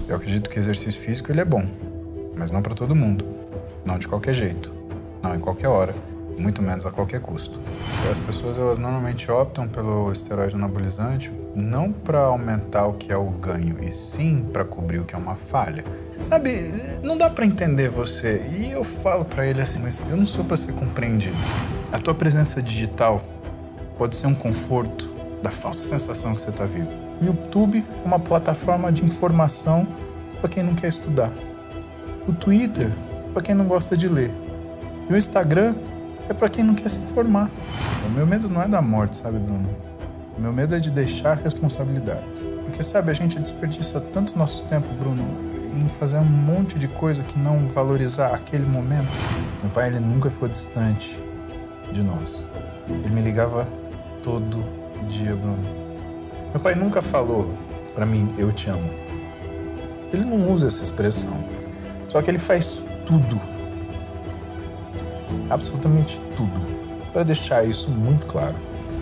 Eu acredito que o exercício físico ele é bom, mas não para todo mundo. Não de qualquer jeito, não em qualquer hora, muito menos a qualquer custo. E as pessoas elas normalmente optam pelo esteroide anabolizante não para aumentar o que é o ganho, e sim para cobrir o que é uma falha. Sabe, não dá para entender você. E eu falo para ele assim, mas eu não sou para ser compreendido. A tua presença digital pode ser um conforto da falsa sensação que você está vivo. O YouTube é uma plataforma de informação para quem não quer estudar. O Twitter para quem não gosta de ler. E o Instagram é para quem não quer se informar. O meu medo não é da morte, sabe, Bruno? O meu medo é de deixar responsabilidades. Porque, sabe, a gente desperdiça tanto nosso tempo, Bruno, em fazer um monte de coisa que não valorizar aquele momento. Meu pai, ele nunca ficou distante de nós. Ele me ligava todo dia, Bruno. Meu pai nunca falou pra mim, eu te amo. Ele não usa essa expressão. Só que ele faz tudo. Absolutamente tudo. Para deixar isso muito claro.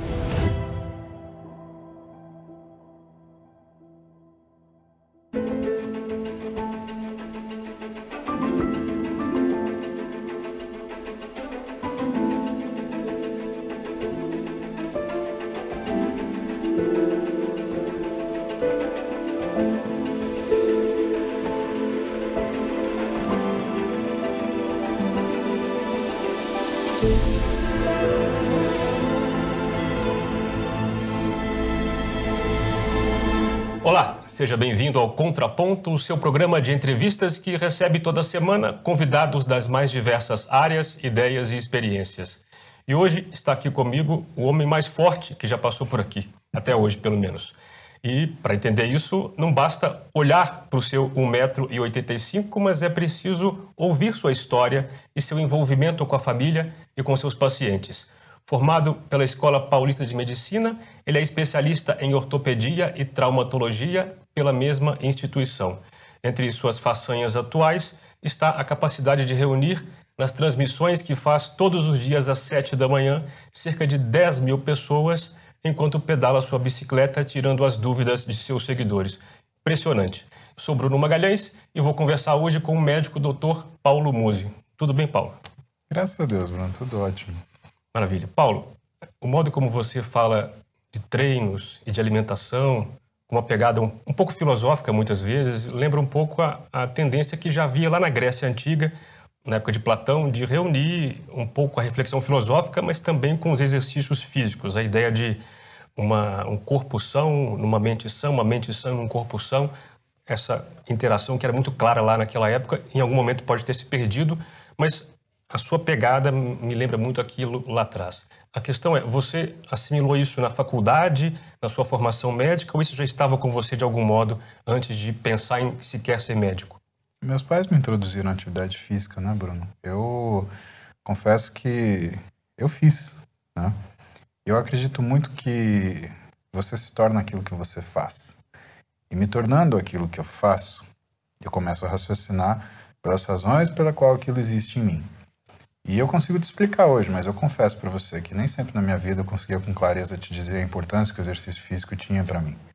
Olá, seja bem-vindo ao Contraponto, o seu programa de entrevistas que recebe toda semana convidados das mais diversas áreas, ideias e experiências. E hoje está aqui comigo o homem mais forte que já passou por aqui, até hoje pelo menos. E para entender isso, não basta olhar para o seu 1,85 m, mas é preciso ouvir sua história e seu envolvimento com a família e com seus pacientes. Formado pela Escola Paulista de Medicina, ele é especialista em ortopedia e traumatologia pela mesma instituição. Entre suas façanhas atuais está a capacidade de reunir, nas transmissões que faz todos os dias às 7 da manhã, cerca de 10 mil pessoas, enquanto pedala sua bicicleta, tirando as dúvidas de seus seguidores. Impressionante. Sou Bruno Magalhães e vou conversar hoje com o médico Dr. Paulo Musi. Tudo bem, Paulo? Graças a Deus, Bruno. Tudo ótimo. Maravilha. Paulo, o modo como você fala de treinos e de alimentação, com uma pegada um pouco filosófica muitas vezes, lembra um pouco a tendência que já havia lá na Grécia Antiga, na época de Platão, de reunir um pouco a reflexão filosófica, mas também com os exercícios físicos, a ideia de um corpo são, numa mente sã, uma mente sã num corpo são, essa interação que era muito clara lá naquela época, em algum momento pode ter se perdido, mas a sua pegada me lembra muito aquilo lá atrás. A questão é, você assimilou isso na faculdade, na sua formação médica, ou isso já estava com você de algum modo antes de pensar em sequer ser médico? Meus pais me introduziram na atividade física, né, Bruno? Eu confesso que eu fiz, né? Eu acredito muito que você se torna aquilo que você faz. E me tornando aquilo que eu faço, eu começo a raciocinar pelas razões pela qual aquilo existe em mim. E eu consigo te explicar hoje, mas eu confesso para você que nem sempre na minha vida eu conseguia com clareza te dizer a importância que o exercício físico tinha para mim.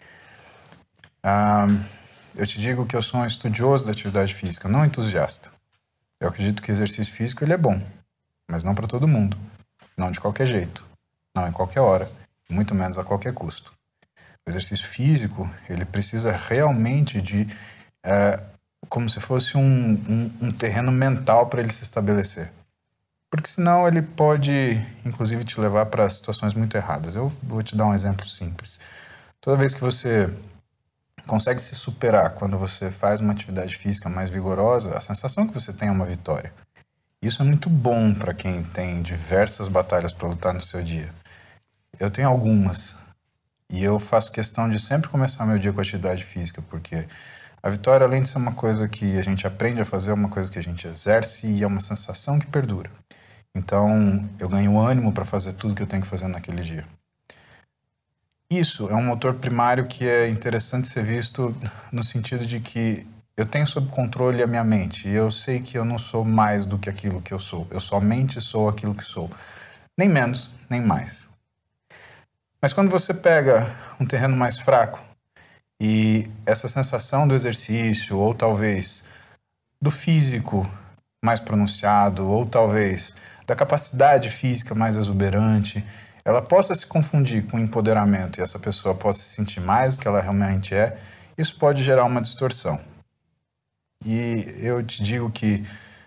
Eu te digo que eu sou um estudioso da atividade física, não entusiasta. Eu acredito que o exercício físico ele é bom, mas não para todo mundo. Não de qualquer jeito, não em qualquer hora, muito menos a qualquer custo. O exercício físico, ele precisa realmente de, como se fosse um terreno mental para ele se estabelecer. Porque senão ele pode, inclusive, te levar para situações muito erradas. Eu vou te dar um exemplo simples. Toda vez que você consegue se superar quando você faz uma atividade física mais vigorosa, a sensação que você tem é uma vitória. Isso é muito bom para quem tem diversas batalhas para lutar no seu dia. Eu tenho algumas. E eu faço questão de sempre começar meu dia com atividade física, porque a vitória, além de ser uma coisa que a gente aprende a fazer, é uma coisa que a gente exerce e é uma sensação que perdura. Então, eu ganho ânimo para fazer tudo que eu tenho que fazer naquele dia. Isso é um motor primário que é interessante ser visto no sentido de que eu tenho sob controle a minha mente e eu sei que eu não sou mais do que aquilo que eu sou. Eu somente sou aquilo que sou. Nem menos, nem mais. Mas quando você pega um terreno mais fraco E essa sensação do exercício, ou talvez do físico mais pronunciado, ou talvez da capacidade física mais exuberante, ela possa se confundir com empoderamento e essa pessoa possa se sentir mais do que ela realmente é, isso pode gerar uma distorção. E eu te digo que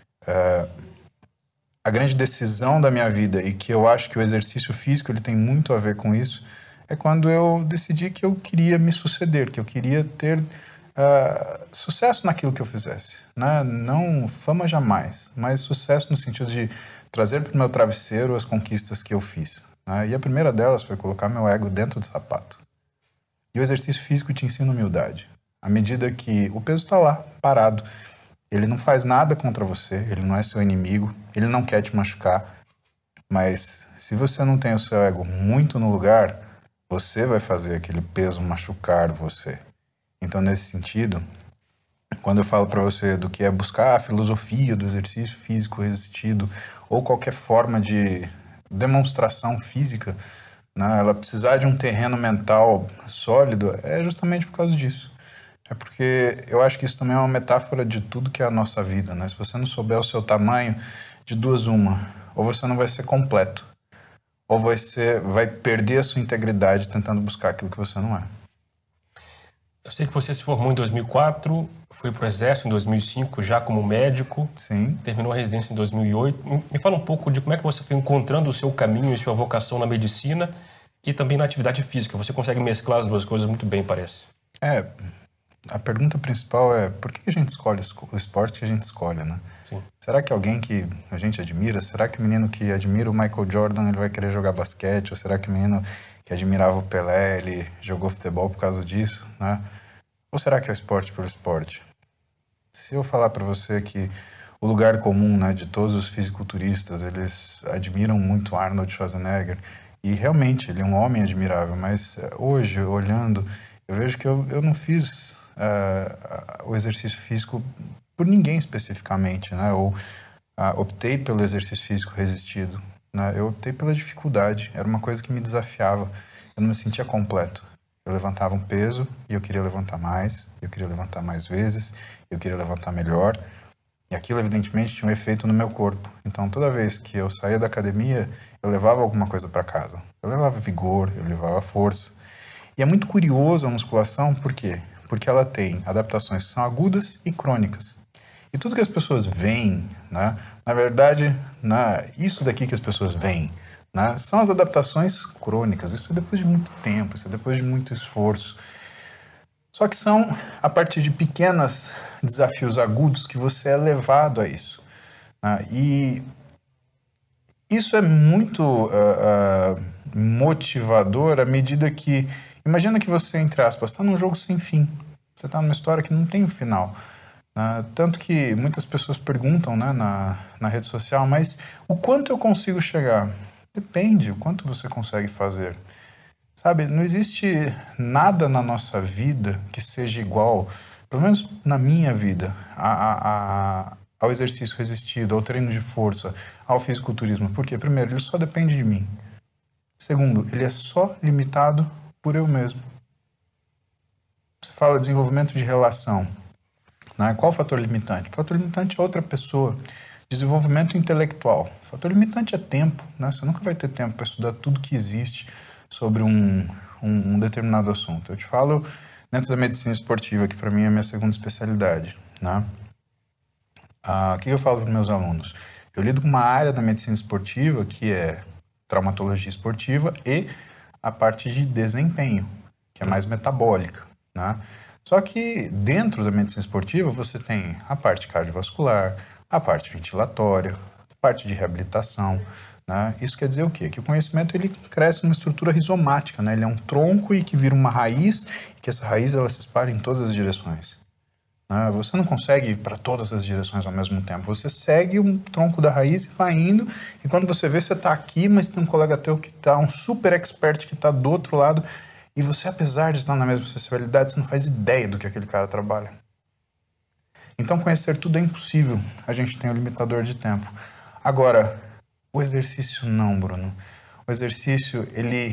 a grande decisão da minha vida, e que eu acho que o exercício físico ele tem muito a ver com isso, é quando eu decidi que eu queria me suceder, que eu queria ter sucesso naquilo que eu fizesse, né? Não fama jamais, mas sucesso no sentido de trazer para o meu travesseiro as conquistas que eu fiz, né? E a primeira delas foi colocar meu ego dentro do sapato. E o exercício físico te ensina humildade. À medida que o peso está lá, parado, ele não faz nada contra você, ele não é seu inimigo, ele não quer te machucar, mas se você não tem o seu ego muito no lugar, você vai fazer aquele peso machucar você. Então, nesse sentido, quando eu falo para você do que é buscar a filosofia do exercício físico resistido ou qualquer forma de demonstração física, né, ela precisar de um terreno mental sólido, é justamente por causa disso. É porque eu acho que isso também é uma metáfora de tudo que é a nossa vida, né? Se você não souber o seu tamanho, de duas uma, ou você não vai ser completo, ou você vai perder a sua integridade tentando buscar aquilo que você não é. Eu sei que você se formou em 2004, foi para o Exército em 2005 já como médico. Sim. Terminou a residência em 2008. Me fala um pouco de como é que você foi encontrando o seu caminho e sua vocação na medicina e também na atividade física. Você consegue mesclar as duas coisas muito bem, parece. A pergunta principal é por que a gente escolhe o esporte que a gente escolhe, né? Sim. Será que alguém que a gente admira, será que o menino que admira o Michael Jordan ele vai querer jogar basquete? Ou será que o menino que admirava o Pelé, ele jogou futebol por causa disso, né? Ou será que é o esporte pelo esporte? Se eu falar para você que o lugar comum, né, de todos os fisiculturistas, eles admiram muito Arnold Schwarzenegger, e realmente ele é um homem admirável, mas hoje, olhando, eu vejo que eu não fiz o exercício físico por ninguém especificamente, né? Ou optei pelo exercício físico resistido, né? Eu optei pela dificuldade, era uma coisa que me desafiava, eu não me sentia completo. Eu levantava um peso e eu queria levantar mais, eu queria levantar mais vezes, eu queria levantar melhor, e aquilo evidentemente tinha um efeito no meu corpo. Então toda vez que eu saía da academia, eu levava alguma coisa para casa. Eu levava vigor, eu levava força. E é muito curioso a musculação, por quê? Porque ela tem adaptações que são agudas e crônicas. E tudo que as pessoas veem, né, na verdade, isso daqui que as pessoas veem, né, são as adaptações crônicas. Isso é depois de muito tempo, isso é depois de muito esforço. Só que são a partir de pequenos desafios agudos que você é levado a isso, né? E isso é muito motivador à medida que... Imagina que você, entre aspas, está num jogo sem fim. Você está numa história que não tem um final. Tanto que muitas pessoas perguntam, né, na rede social, mas o quanto eu consigo chegar? Depende, o quanto você consegue fazer. Sabe, não existe nada na nossa vida que seja igual, pelo menos na minha vida, ao exercício resistido, ao treino de força, ao fisiculturismo. Por quê? Primeiro, ele só depende de mim. Segundo, ele é só limitado por eu mesmo. Você fala de desenvolvimento de relação, né? Qual o fator limitante? O fator limitante é outra pessoa. Desenvolvimento intelectual. O fator limitante é tempo, né? Você nunca vai ter tempo para estudar tudo que existe sobre um determinado assunto. Eu te falo dentro da medicina esportiva, que para mim é a minha segunda especialidade, né? O que eu falo para os meus alunos? Eu lido com uma área da medicina esportiva que é traumatologia esportiva e a parte de desempenho, que é mais metabólica, né? Só que dentro da medicina esportiva você tem a parte cardiovascular, a parte ventilatória, a parte de reabilitação, né? Isso quer dizer o quê? Que o conhecimento ele cresce numa estrutura rizomática, né? Ele é um tronco e que vira uma raiz, e que essa raiz ela se espalha em todas as direções. Você não consegue ir para todas as direções ao mesmo tempo. Você segue um tronco da raiz e vai indo, e quando você vê, você está aqui, mas tem um colega teu que está, um super expert que está do outro lado, e você, apesar de estar na mesma especialidade, você não faz ideia do que aquele cara trabalha. Então, conhecer tudo é impossível. A gente tem um limitador de tempo. Agora, o exercício não, Bruno. O exercício, ele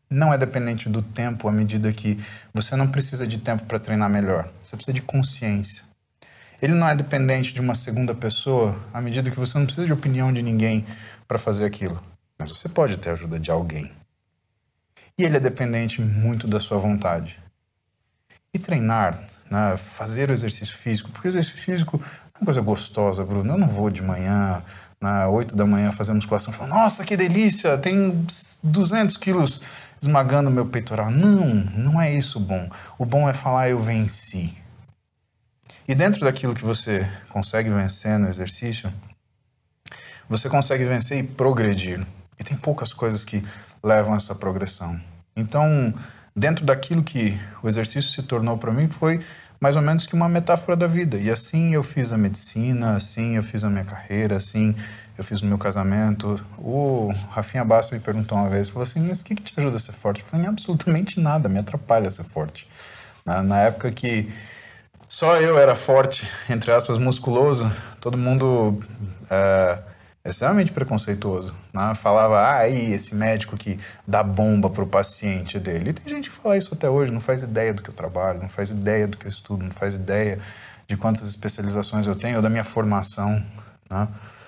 não é dependente do tempo à medida que você não precisa de tempo para treinar melhor. Você precisa de consciência. Ele não é dependente de uma segunda pessoa à medida que você não precisa de opinião de ninguém para fazer aquilo. Mas você pode ter a ajuda de alguém. E ele é dependente muito da sua vontade. E treinar, né, fazer o exercício físico, porque o exercício físico é uma coisa gostosa, Bruno. Eu não vou de manhã, na 8 da manhã, fazer musculação e falar, nossa, que delícia, tem 200 quilos esmagando o meu peitoral. Não, não é isso o bom. O bom é falar, eu venci. E dentro daquilo que você consegue vencer no exercício, você consegue vencer e progredir. E tem poucas coisas que levam a essa progressão. Então, dentro daquilo que o exercício se tornou para mim, foi mais ou menos que uma metáfora da vida. E assim eu fiz a medicina, assim eu fiz a minha carreira, assim eu fiz o meu casamento. O Rafinha Bastos me perguntou uma vez, falou assim, mas o que te ajuda a ser forte? Eu falei, absolutamente nada, me atrapalha a ser forte. Na época que só eu era forte, entre aspas, musculoso, todo mundo é extremamente preconceituoso, né? Falava, aí esse médico que dá bomba pro paciente dele. E tem gente que fala isso até hoje, não faz ideia do que eu trabalho, não faz ideia do que eu estudo, não faz ideia de quantas especializações eu tenho ou da minha formação, né?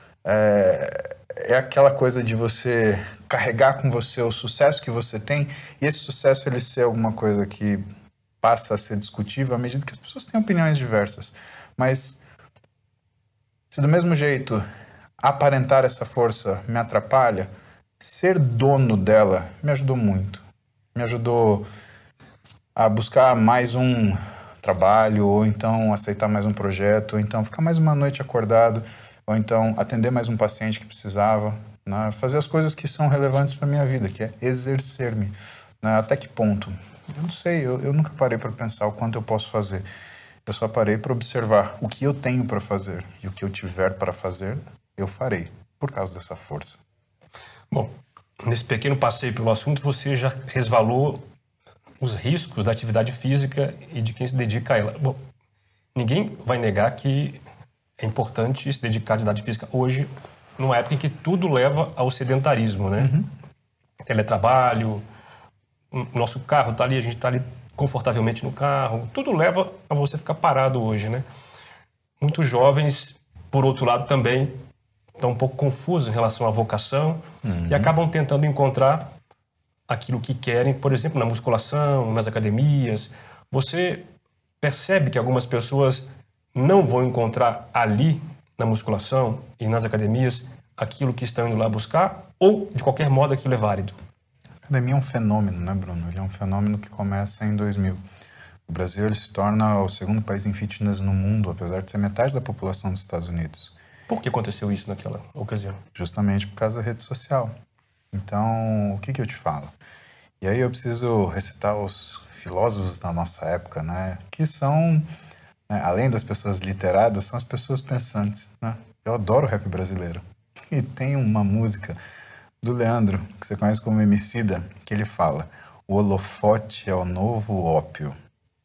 É aquela coisa de você carregar com você o sucesso que você tem e esse sucesso ele ser alguma coisa que passa a ser discutível à medida que as pessoas têm opiniões diversas. Mas se do mesmo jeito aparentar essa força me atrapalha, ser dono dela me ajudou muito. Me ajudou a buscar mais um trabalho, ou então aceitar mais um projeto, ou então ficar mais uma noite acordado, ou então atender mais um paciente que precisava, né? Fazer as coisas que são relevantes para a minha vida, que é exercer-me. Né? Até que ponto? Eu não sei, eu nunca parei para pensar o quanto eu posso fazer. Eu só parei para observar o que eu tenho para fazer, e o que eu tiver para fazer, eu farei, por causa dessa força. Bom, nesse pequeno passeio pelo assunto, você já resvalou os riscos da atividade física e de quem se dedica a ela. Bom, ninguém vai negar que é importante se dedicar à atividade física hoje, numa época em que tudo leva ao sedentarismo, né? Uhum. Teletrabalho, nosso carro está ali, a gente está ali confortavelmente no carro, tudo leva a você ficar parado hoje, né? Muitos jovens, por outro lado, também estão um pouco confusos em relação à vocação e acabam tentando encontrar aquilo que querem, por exemplo, na musculação, nas academias. Você percebe que algumas pessoas não vão encontrar ali, na musculação e nas academias, aquilo que estão indo lá buscar, ou, de qualquer modo, aquilo é válido? A academia é um fenômeno, né, Bruno? Ele é um fenômeno que começa em 2000. O Brasil ele se torna o segundo país em fitness no mundo, apesar de ser metade da população dos Estados Unidos. Por que aconteceu isso naquela ocasião? Justamente por causa da rede social. Então, o que eu te falo? E aí eu preciso recitar os filósofos da nossa época, né? Que são, né, além das pessoas literadas, são as pessoas pensantes, né? Eu adoro o rap brasileiro. E tem uma música do Leandro, que você conhece como Emicida, que ele fala: o holofote é o novo ópio.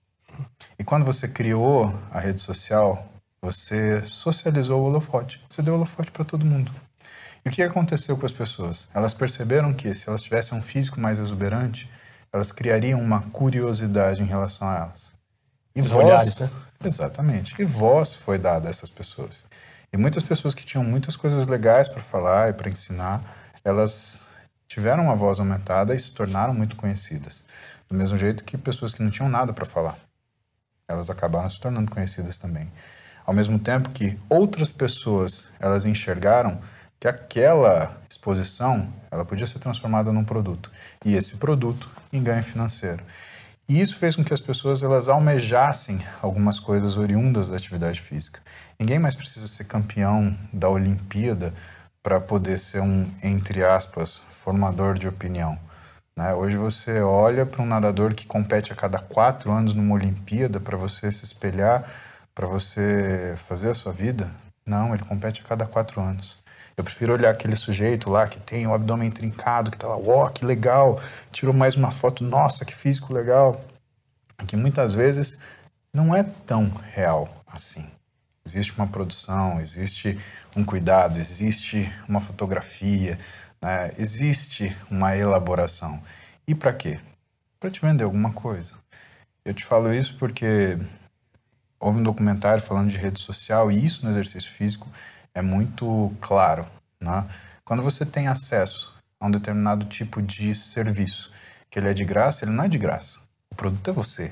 E quando você criou a rede social, você socializou o holofote. Você deu holofote para todo mundo. E o que aconteceu com as pessoas? Elas perceberam que se elas tivessem um físico mais exuberante, elas criariam uma curiosidade em relação a elas. E os voz, olhares, né? Exatamente. E voz foi dada a essas pessoas. E muitas pessoas que tinham muitas coisas legais para falar e para ensinar, elas tiveram uma voz aumentada e se tornaram muito conhecidas. Do mesmo jeito que pessoas que não tinham nada para falar, elas acabaram se tornando conhecidas também. Ao mesmo tempo que outras pessoas, elas enxergaram que aquela exposição, ela podia ser transformada num produto. E esse produto em ganho financeiro. E isso fez com que as pessoas elas almejassem algumas coisas oriundas da atividade física. Ninguém mais precisa ser campeão da Olimpíada para poder ser um, entre aspas, formador de opinião. Né? Hoje você olha para um nadador que compete a cada 4 anos numa Olimpíada para você se espelhar, para você fazer a sua vida. Não, ele compete a cada 4 anos. Eu prefiro olhar aquele sujeito lá que tem o abdômen trincado, que tá lá, ó, que legal, tirou mais uma foto, nossa, que físico legal. Que muitas vezes não é tão real assim. Existe uma produção, existe um cuidado, existe uma fotografia, né? Existe uma elaboração. E para quê? Para te vender alguma coisa. Eu te falo isso porque houve um documentário falando de rede social e isso no exercício físico é muito claro, né? Quando você tem acesso a um determinado tipo de serviço, que ele é de graça, ele não é de graça. O produto é você.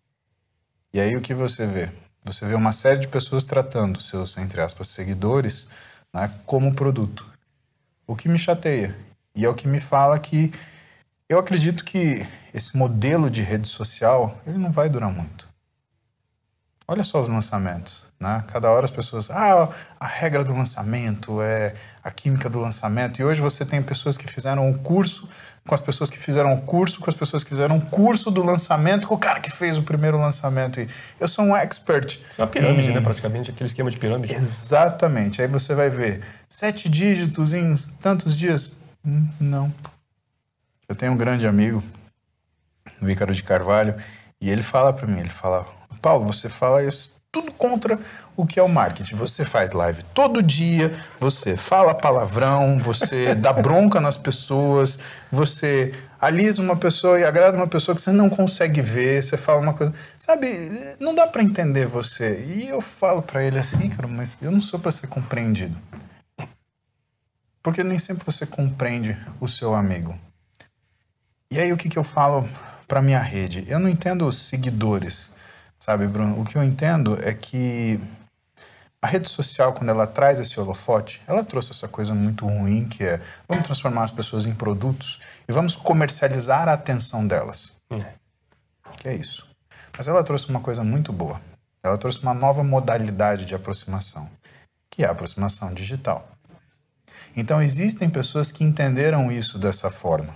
E aí o que você vê? Você vê uma série de pessoas tratando seus, entre aspas, seguidores, né, como produto. O que me chateia. E é o que me fala que eu acredito que esse modelo de rede social, ele não vai durar muito. Olha só os lançamentos, né? Cada hora as pessoas... a regra do lançamento é a química do lançamento. E hoje você tem pessoas que fizeram o curso com as pessoas que fizeram o curso, com as pessoas que fizeram o curso do lançamento, com o cara que fez o primeiro lançamento. E eu sou um expert. É uma pirâmide, né? Praticamente, aquele esquema de pirâmide. Exatamente. Aí você vai ver 7 dígitos em tantos dias. Não. Eu tenho um grande amigo, o Ícaro de Carvalho, e ele fala para mim, ele fala... Paulo, você fala isso tudo contra o que é o marketing. Você faz live todo dia, você fala palavrão, você dá bronca nas pessoas, você alisa uma pessoa e agrada uma pessoa que você não consegue ver, você fala uma coisa... Sabe, não dá para entender você. E eu falo para ele assim, cara, mas eu não sou para ser compreendido. Porque nem sempre você compreende o seu amigo. E aí o que eu falo para minha rede? Eu não entendo os seguidores. Sabe, Bruno, o que eu entendo é que a rede social, quando ela traz esse holofote, ela trouxe essa coisa muito ruim, que é vamos transformar as pessoas em produtos e vamos comercializar a atenção delas. Que é isso. Mas ela trouxe uma coisa muito boa. Ela trouxe uma nova modalidade de aproximação, que é a aproximação digital. Então, existem pessoas que entenderam isso dessa forma.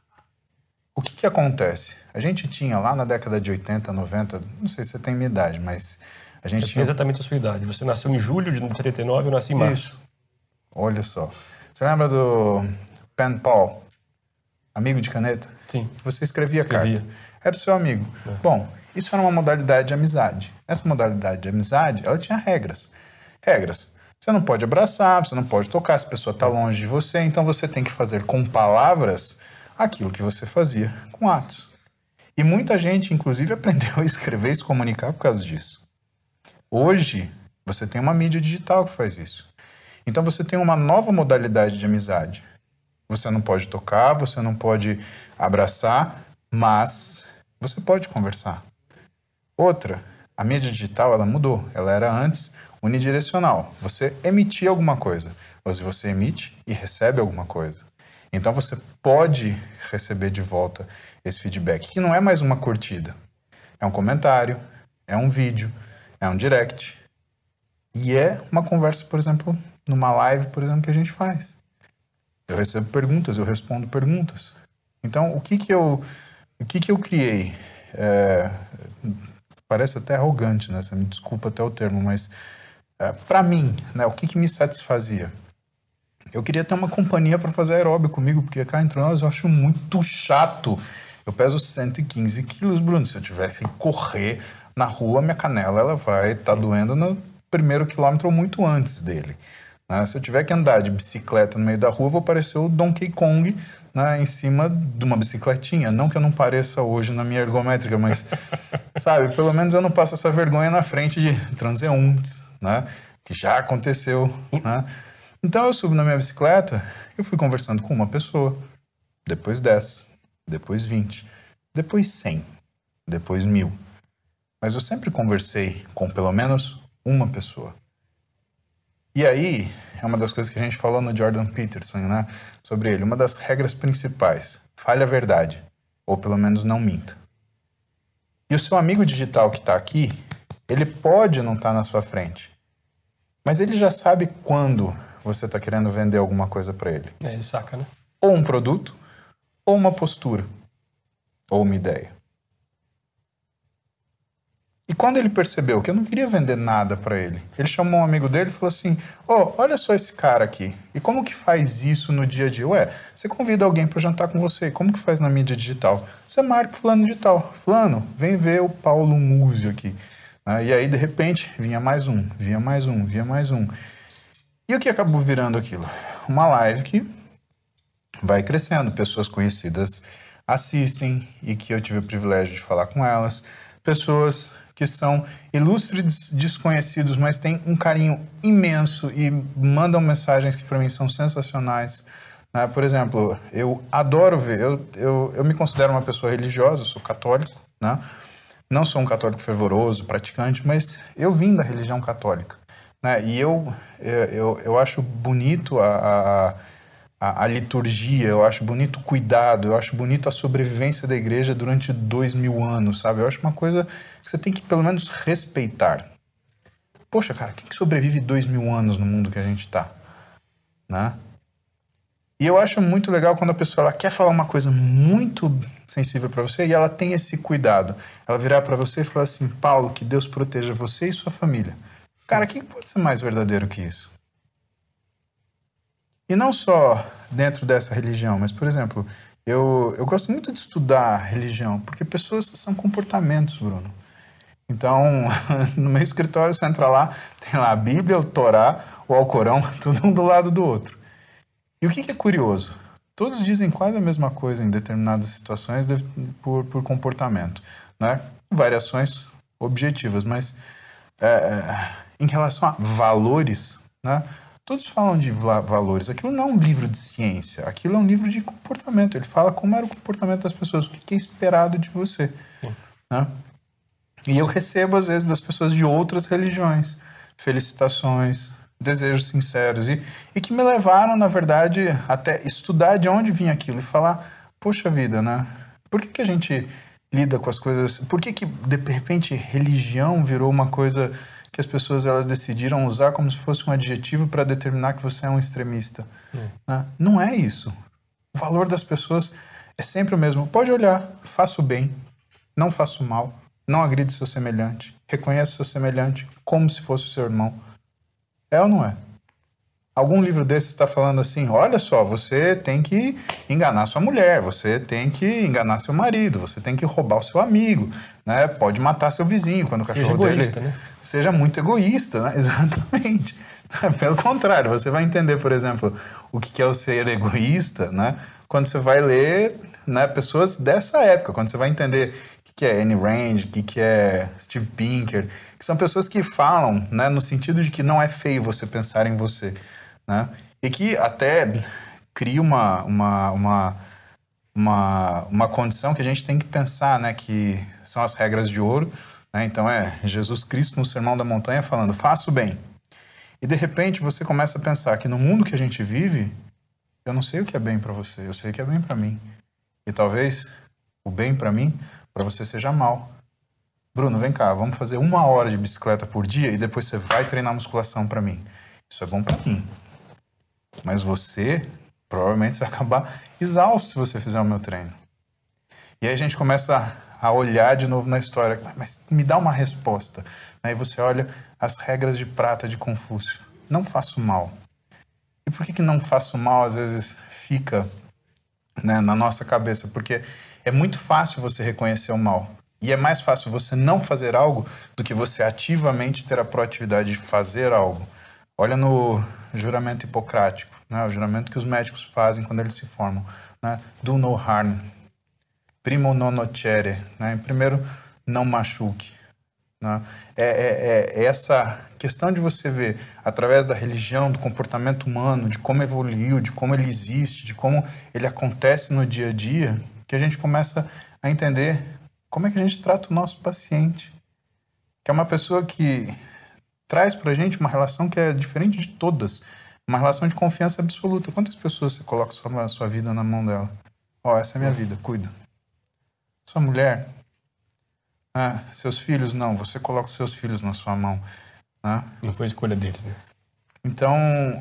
O que acontece? A gente tinha lá na década de 80, 90, não sei se você tem minha idade, mas a gente tinha... Exatamente a sua idade. Você nasceu em julho de 79, eu nasci em março. Isso. Olha só. Você lembra do Pen Pal? Amigo de caneta? Sim. Você escrevia carta. Era o seu amigo. É. Bom, isso era uma modalidade de amizade. Essa modalidade de amizade, ela tinha regras. Regras. Você não pode abraçar, você não pode tocar se a pessoa está longe de você, então você tem que fazer com palavras aquilo que você fazia com atos. E muita gente, inclusive, aprendeu a escrever e se comunicar por causa disso. Hoje, você tem uma mídia digital que faz isso. Então, você tem uma nova modalidade de amizade. Você não pode tocar, você não pode abraçar, mas você pode conversar. Outra, a mídia digital, ela mudou. Ela era antes unidirecional. Você emitia alguma coisa. Hoje você emite e recebe alguma coisa. Então você pode receber de volta esse feedback, que não é mais uma curtida. É um comentário, é um vídeo, é um direct. E é uma conversa, por exemplo, numa live, por exemplo, que a gente faz. Eu recebo perguntas, eu respondo perguntas. Então, o que eu criei? Parece até arrogante, né? Você me desculpa até o termo, mas para mim, né, o que me satisfazia? Eu queria ter uma companhia para fazer aeróbico comigo, porque cá entre nós eu acho muito chato. Eu peso 115 quilos, Bruno. Se eu tiver que correr na rua, minha canela ela vai estar doendo no primeiro quilômetro ou muito antes dele. Né? Se eu tiver que andar de bicicleta no meio da rua, eu vou parecer o Donkey Kong, né, em cima de uma bicicletinha. Não que eu não pareça hoje na minha ergométrica, mas, sabe, pelo menos eu não passo essa vergonha na frente de transeuntes, né, que já aconteceu, né? Então eu subo na minha bicicleta, eu fui conversando com uma pessoa, depois 10, depois 20, depois 100, depois 1000. Mas eu sempre conversei com pelo menos uma pessoa. E aí, é uma das coisas que a gente falou no Jordan Peterson, né? Sobre ele, uma das regras principais, fale a verdade, ou pelo menos não minta. E o seu amigo digital que está aqui, ele pode não estar na sua frente, mas ele já sabe quando você está querendo vender alguma coisa para ele. Ele saca, né? Ou um produto, ou uma postura, ou uma ideia. E quando ele percebeu que eu não queria vender nada para ele, ele chamou um amigo dele e falou assim, olha só esse cara aqui, e como que faz isso no dia a dia? Você convida alguém para jantar com você, como que faz na mídia digital? Você marca fulano digital, fulano, vem ver o Paulo Musi aqui. E aí, de repente, vinha mais um, vinha mais um, vinha mais um. E o que acabou virando aquilo? Uma live que vai crescendo, pessoas conhecidas assistem e que eu tive o privilégio de falar com elas, pessoas que são ilustres desconhecidos, mas têm um carinho imenso e mandam mensagens que para mim são sensacionais. Por exemplo, eu adoro ver, eu me considero uma pessoa religiosa, eu sou católico, né? Não sou um católico fervoroso, praticante, mas eu vim da religião católica, né? E eu acho bonito a liturgia, eu acho bonito o cuidado, eu acho bonito a sobrevivência da igreja durante 2000 anos, sabe? Eu acho uma coisa que você tem que pelo menos respeitar. Poxa, cara, quem que sobrevive 2000 anos no mundo que a gente tá, né? E eu acho muito legal quando a pessoa ela quer falar uma coisa muito sensível para você e ela tem esse cuidado. Ela virar para você e falar assim: Paulo, que Deus proteja você e sua família. Cara, o que pode ser mais verdadeiro que isso? E não só dentro dessa religião, mas, por exemplo, eu gosto muito de estudar religião, porque pessoas são comportamentos, Bruno. Então, no meu escritório você entra lá, tem lá a Bíblia, o Torá, o Alcorão, tudo um do lado do outro. E o que é curioso? Todos dizem quase a mesma coisa em determinadas situações por comportamento, né? Variações objetivas, mas em relação a valores, né? Todos falam de valores. Aquilo não é um livro de ciência, aquilo é um livro de comportamento. Ele fala como era o comportamento das pessoas, o que é esperado de você, né? E eu recebo, às vezes, das pessoas de outras religiões felicitações, desejos sinceros e que me levaram, na verdade, até estudar de onde vinha aquilo e falar: poxa vida, né? Por que a gente lida com as coisas? Por que de repente religião virou uma coisa que as pessoas elas decidiram usar como se fosse um adjetivo para determinar que você é um extremista? Né? Não é isso. O valor das pessoas é sempre o mesmo. Pode olhar, faça o bem, não faça o mal, não agride seu semelhante, reconheça o seu semelhante como se fosse o seu irmão. É ou não é? Algum livro desse está falando assim: olha só, você tem que enganar sua mulher, você tem que enganar seu marido, você tem que roubar o seu amigo, né? Pode matar seu vizinho quando o cachorro dele... Seja egoísta, né? Seja muito egoísta, né? Exatamente. Pelo contrário, você vai entender, por exemplo, o que é o ser egoísta, né? Quando você vai ler, né, pessoas dessa época, quando você vai entender o que é Ayn Rand, o que é Steve Pinker, que são pessoas que falam, né, no sentido de que não é feio você pensar em você, né? E que até cria uma condição que a gente tem que pensar, né, que são as regras de ouro, né? Então é Jesus Cristo no Sermão da Montanha falando: faça o bem. E de repente você começa a pensar que no mundo que a gente vive, eu não sei o que é bem para você, eu sei o que é bem para mim. E talvez o bem para mim, para você seja mal. Bruno, vem cá, vamos fazer 1 hora de bicicleta por dia e depois você vai treinar musculação para mim. Isso é bom para mim. Mas você, provavelmente, vai acabar exausto se você fizer o meu treino. E aí a gente começa a olhar de novo na história. Mas me dá uma resposta. Aí você olha as regras de prata de Confúcio. Não faço mal. E por que não faço mal, às vezes, fica, né, na nossa cabeça? Porque é muito fácil você reconhecer o mal. E é mais fácil você não fazer algo do que você ativamente ter a proatividade de fazer algo. Olha no juramento hipocrático, né? O juramento que os médicos fazem quando eles se formam, né? Do no harm, primo non nocere, né? Primeiro, não machuque. Né? É essa questão de você ver, através da religião, do comportamento humano, de como evoluiu, de como ele existe, de como ele acontece no dia a dia, que a gente começa a entender como é que a gente trata o nosso paciente, que é uma pessoa que traz pra gente uma relação que é diferente de todas, uma relação de confiança absoluta. Quantas pessoas você coloca sua vida na mão dela? Ó, essa é a minha vida, cuida. Sua mulher, seus filhos, não, você coloca os seus filhos na sua mão. Né? Não foi escolha deles, né? Então,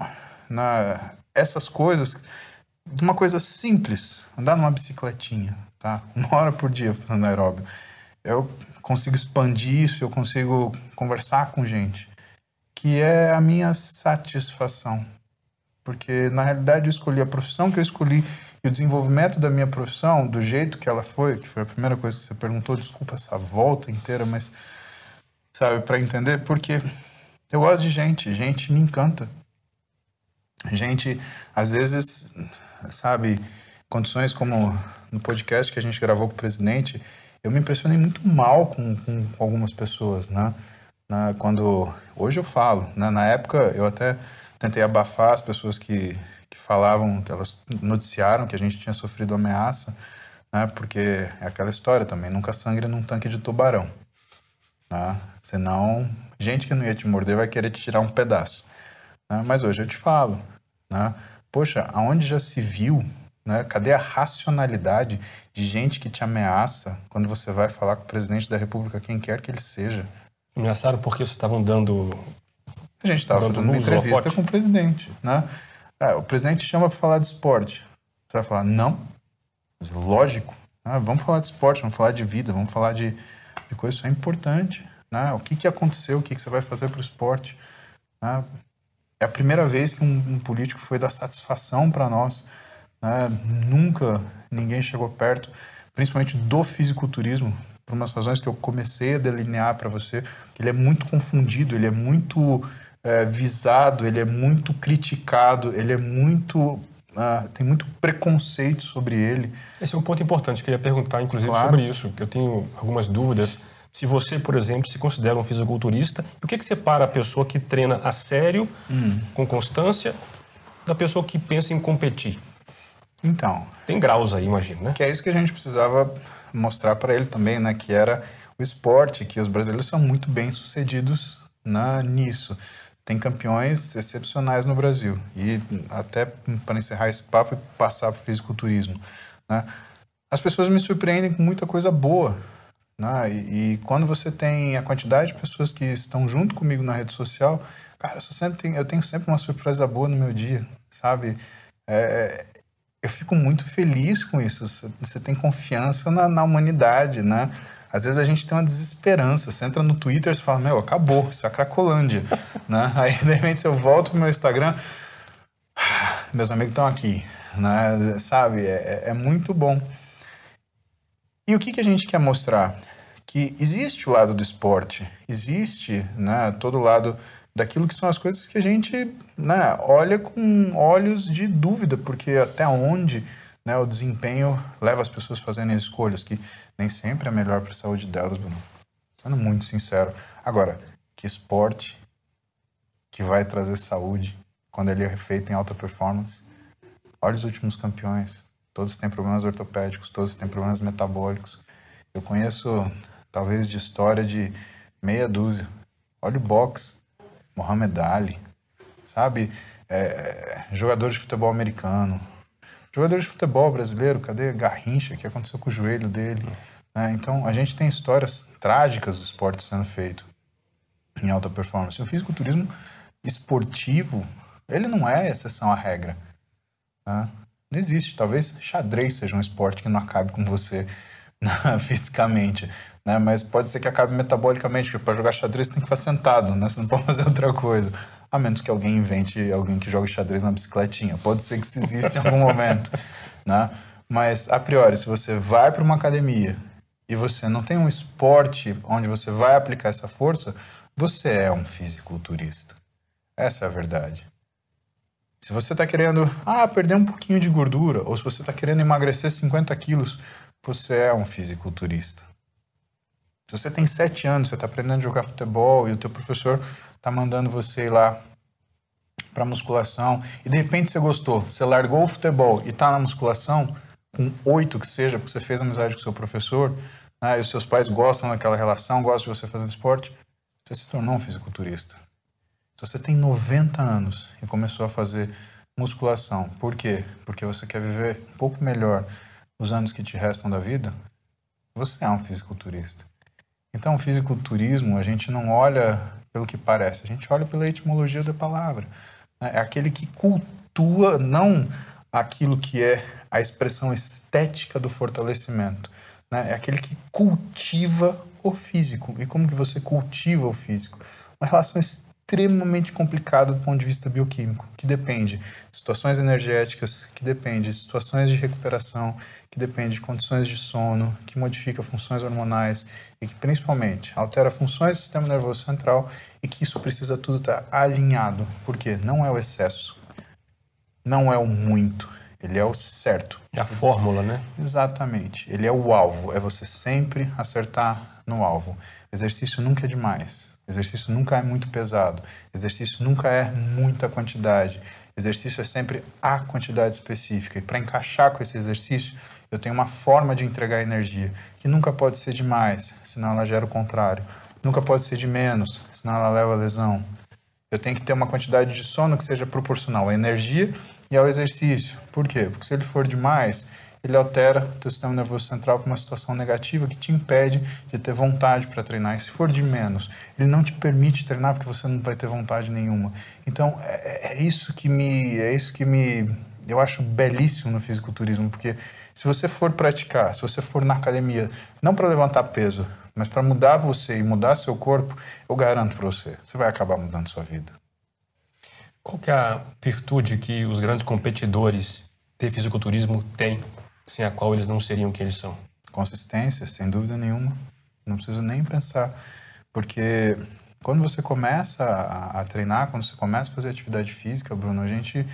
essas coisas, uma coisa simples, andar numa bicicletinha, tá? 1 hora por dia fazendo aeróbio. Eu consigo expandir isso, eu consigo conversar com gente, que é a minha satisfação. Porque, na realidade, eu escolhi a profissão que eu escolhi e o desenvolvimento da minha profissão, do jeito que ela foi, que foi a primeira coisa que você perguntou, desculpa essa volta inteira, mas, sabe, para entender, porque eu gosto de gente me encanta. Gente, às vezes, sabe, condições como no podcast que a gente gravou com o presidente, eu me impressionei muito mal com algumas pessoas, né? Hoje eu falo, né? Na época eu até tentei abafar as pessoas que falavam, que elas noticiaram que a gente tinha sofrido ameaça, né? Porque é aquela história também, nunca sangre num tanque de tubarão, né? Senão, gente que não ia te morder vai querer te tirar um pedaço, né? Mas hoje eu te falo, né? Poxa, aonde já se viu, né? Cadê a racionalidade de gente que te ameaça quando você vai falar com o presidente da República, quem quer que ele seja? Ameaçaram porque vocês estavam dando... A gente estava fazendo uma entrevista com o presidente, né? O presidente chama para falar de esporte. Você vai falar, não? Mas lógico, né? Vamos falar de esporte, vamos falar de vida, vamos falar de coisa, isso é importante, né? O que aconteceu, o que você vai fazer para o esporte, né? É a primeira vez que um político foi dar satisfação para nós, né? Nunca ninguém chegou perto, principalmente do fisiculturismo, por umas razões que eu comecei a delinear para você, que ele é muito confundido, ele é muito visado, ele é muito criticado, ele é muito... tem muito preconceito sobre ele. Esse é um ponto importante, eu queria perguntar, inclusive, claro, sobre isso, que eu tenho algumas dúvidas. Se você, por exemplo, se considera um fisiculturista, o que separa a pessoa que treina a sério, com constância, da pessoa que pensa em competir? Então... Tem graus aí, imagino, né? Que é isso que a gente precisava mostrar para ele também, né? Que era o esporte, que os brasileiros são muito bem sucedidos nisso. Tem campeões excepcionais no Brasil. E até para encerrar esse papo e passar para o fisiculturismo, né? As pessoas me surpreendem com muita coisa boa, né? E quando você tem a quantidade de pessoas que estão junto comigo na rede social, cara, eu tenho sempre uma surpresa boa no meu dia, sabe? Eu fico muito feliz com isso. Você tem confiança na humanidade, né? Às vezes a gente tem uma desesperança. Você entra no Twitter e fala, meu, acabou, isso é a Cracolândia, né? Aí, de repente, eu volto pro meu Instagram, meus amigos estão aqui, né? Sabe? É muito bom. E o que a gente quer mostrar? Que existe o lado do esporte, existe, né, todo o lado daquilo que são as coisas que a gente, né, olha com olhos de dúvida, porque até onde, né, o desempenho leva as pessoas a fazerem escolhas que nem sempre é melhor para a saúde delas, Bruno. Sendo muito sincero. Agora, que esporte que vai trazer saúde quando ele é feito em alta performance? Olha os últimos campeões. Todos têm problemas ortopédicos, todos têm problemas metabólicos. Eu conheço, talvez, de história de meia dúzia. Olha o boxe. Muhammad Ali, sabe? Jogadores de futebol americano, jogadores de futebol brasileiro, cadê Garrincha, o que aconteceu com o joelho dele? Né? Então, a gente tem histórias trágicas do esporte sendo feito em alta performance. O fisiculturismo esportivo, ele não é exceção à regra, né? Não existe. Talvez xadrez seja um esporte que não acabe com você fisicamente, né? Mas pode ser que acabe metabolicamente, porque para jogar xadrez você tem que ficar sentado, né? Você não pode fazer outra coisa, a menos que alguém invente alguém que joga xadrez na bicicletinha. Pode ser que isso exista em algum momento, né? Mas, a priori, se você vai para uma academia e você não tem um esporte onde você vai aplicar essa força, você é um fisiculturista. Essa é a verdade. Se você está querendo perder um pouquinho de gordura, ou se você está querendo emagrecer 50 quilos, você é um fisiculturista. Se você tem 7 anos, você está aprendendo a jogar futebol e o teu professor está mandando você ir lá para musculação e de repente você gostou, você largou o futebol e está na musculação, com 8 que seja, porque você fez amizade com o seu professor, né, e os seus pais gostam daquela relação, gostam de você fazendo esporte, você se tornou um fisiculturista. Se você tem 90 anos e começou a fazer musculação, por quê? Porque você quer viver um pouco melhor os anos que te restam da vida, você é um fisiculturista. Então, o fisiculturismo, a gente não olha pelo que parece, a gente olha pela etimologia da palavra. É aquele que cultua, não aquilo que é a expressão estética do fortalecimento, né? É aquele que cultiva o físico. E como que você cultiva o físico? Uma relação extremamente complicada do ponto de vista bioquímico, que depende de situações energéticas, que depende de situações de recuperação, que depende de condições de sono, que modifica funções hormonais e que principalmente altera funções do sistema nervoso central e que isso precisa tudo estar alinhado, porque não é o excesso, não é o muito, Ele é o certo. É a fórmula, né? Exatamente. Ele é o alvo. É você sempre acertar no alvo. Exercício nunca é demais. Exercício nunca é muito pesado. Exercício nunca é muita quantidade. Exercício é sempre a quantidade específica. E para encaixar com esse exercício, eu tenho uma forma de entregar energia, que nunca pode ser demais, senão ela gera o contrário. Nunca pode ser de menos, senão ela leva a lesão. Eu tenho que ter uma quantidade de sono que seja proporcional à energia e ao exercício. Por quê? Porque se ele for demais, ele altera o teu sistema nervoso central para uma situação negativa que te impede de ter vontade para treinar. E se for de menos, ele não te permite treinar porque você não vai ter vontade nenhuma. Então, é isso que eu acho belíssimo no fisiculturismo, porque se você for praticar, se você for na academia, não para levantar peso, mas para mudar você e mudar seu corpo, eu garanto para você, você vai acabar mudando sua vida. Qual que é a virtude que os grandes competidores de fisiculturismo têm, sem a qual eles não seriam o que eles são? Consistência, sem dúvida nenhuma. Não preciso nem pensar, porque quando você começa a treinar, quando você começa a fazer atividade física, Bruno, a gente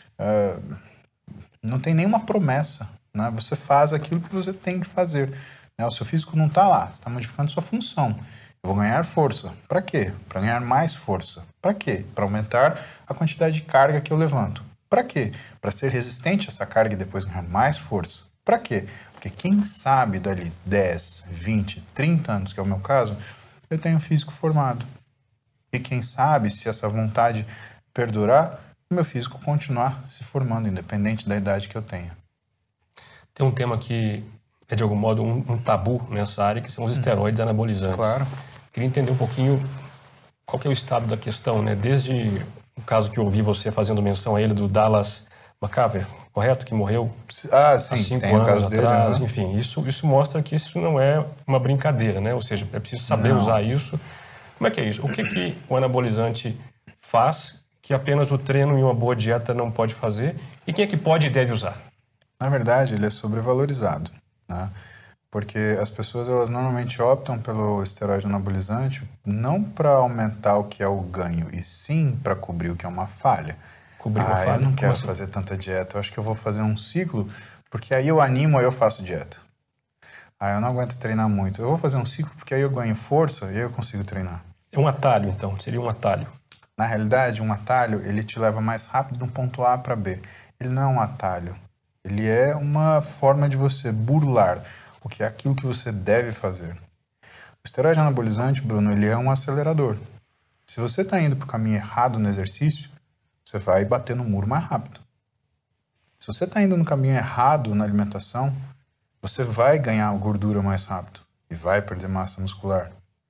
não tem nenhuma promessa, né? Você faz aquilo que você tem que fazer. O seu físico não está lá, você está modificando sua função. Eu vou ganhar força. Para quê? Para ganhar mais força. Para quê? Para aumentar a quantidade de carga que eu levanto. Para quê? Para ser resistente a essa carga e depois ganhar mais força. Para quê? Porque quem sabe dali 10, 20, 30 anos, que é o meu caso, eu tenho um físico formado. E quem sabe se essa vontade perdurar, o meu físico continuar se formando, independente da idade que eu tenha. Tem um tema que é de algum modo um tabu nessa área, que são os esteroides anabolizantes. Claro. Queria entender um pouquinho qual que é o estado da questão, né? Desde o caso que eu ouvi você fazendo menção a ele, do Dallas McCarver, correto? Que morreu sim, há 5 anos caso atrás. dele, Enfim, isso mostra que isso não é uma brincadeira, né? Ou seja, é preciso saber usar isso. Como é que é isso? O que o anabolizante faz que apenas o treino e uma boa dieta não pode fazer? E quem é que pode e deve usar? Na verdade, ele é sobrevalorizado, né? Porque as pessoas, elas normalmente optam pelo esteroide anabolizante não para aumentar o que é o ganho, e sim para cobrir o que é uma falha. Cobrir uma falha? Eu não quero assim? fazer tanta dieta, eu acho que eu vou fazer um ciclo, porque aí eu animo, aí eu faço dieta. Eu não aguento treinar muito. Eu vou fazer um ciclo porque aí eu ganho força e aí eu consigo treinar. É um atalho, então? Seria um atalho? Na realidade, um atalho, ele te leva mais rápido de um ponto A para B. Ele não é um atalho. Ele é uma forma de você burlar o que é aquilo que você deve fazer. O esteroide anabolizante, Bruno, ele é um acelerador. Se você está indo para o caminho errado no exercício, você vai bater no muro mais rápido. Se você está indo no caminho errado na alimentação, você vai ganhar gordura mais rápido e vai perder massa muscular.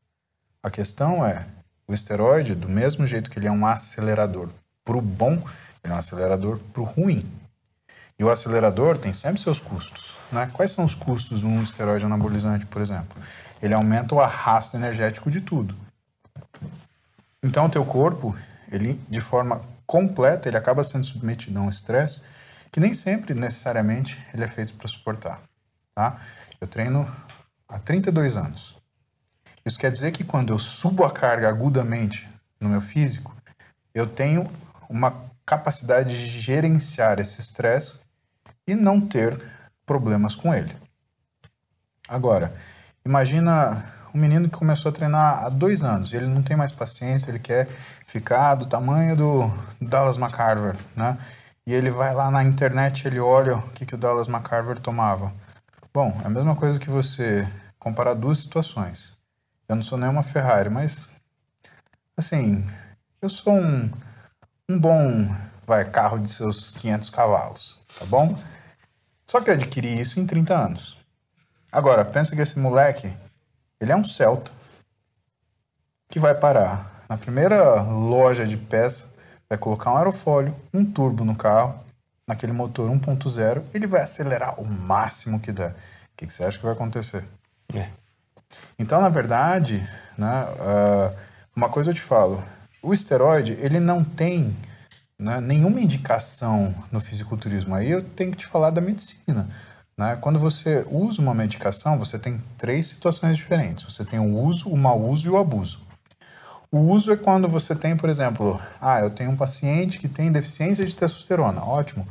A questão é, o esteroide, do mesmo jeito que ele é um acelerador para o bom, ele é um acelerador para o ruim. E o acelerador tem sempre seus custos, né? Quais são os custos de um esteroide anabolizante, por exemplo? Ele aumenta o arrasto energético de tudo. Então, o teu corpo, ele, de forma completa, ele acaba sendo submetido a um estresse que nem sempre, necessariamente, ele é feito para suportar, tá? Eu treino há 32 anos. Isso quer dizer que quando eu subo a carga agudamente no meu físico, eu tenho uma capacidade de gerenciar esse estresse e não ter problemas com ele. Agora, imagina um menino que começou a treinar há 2 anos e ele não tem mais paciência, ele quer ficar do tamanho do Dallas McCarver, né? E ele vai lá na internet, ele olha o que o Dallas McCarver tomava. Bom, é a mesma coisa que você comparar 2 situações. Eu não sou nenhuma Ferrari, mas, assim, eu sou um bom, carro de seus 500 cavalos, tá bom? Só que eu adquiri isso em 30 anos. Agora, pensa que esse moleque, ele é um Celta que vai parar na primeira loja de peça, vai colocar um aerofólio, um turbo no carro, naquele motor 1.0, ele vai acelerar o máximo que der. O que você acha que vai acontecer? Então, na verdade, né, uma coisa eu te falo, o esteroide, ele não tem, né, nenhuma indicação no fisiculturismo. Aí eu tenho que te falar da medicina, né? Quando você usa uma medicação, você tem 3 situações diferentes. Você tem o uso, o mau uso e o abuso. O uso é quando você tem, por exemplo, eu tenho um paciente que tem deficiência de testosterona. Ótimo.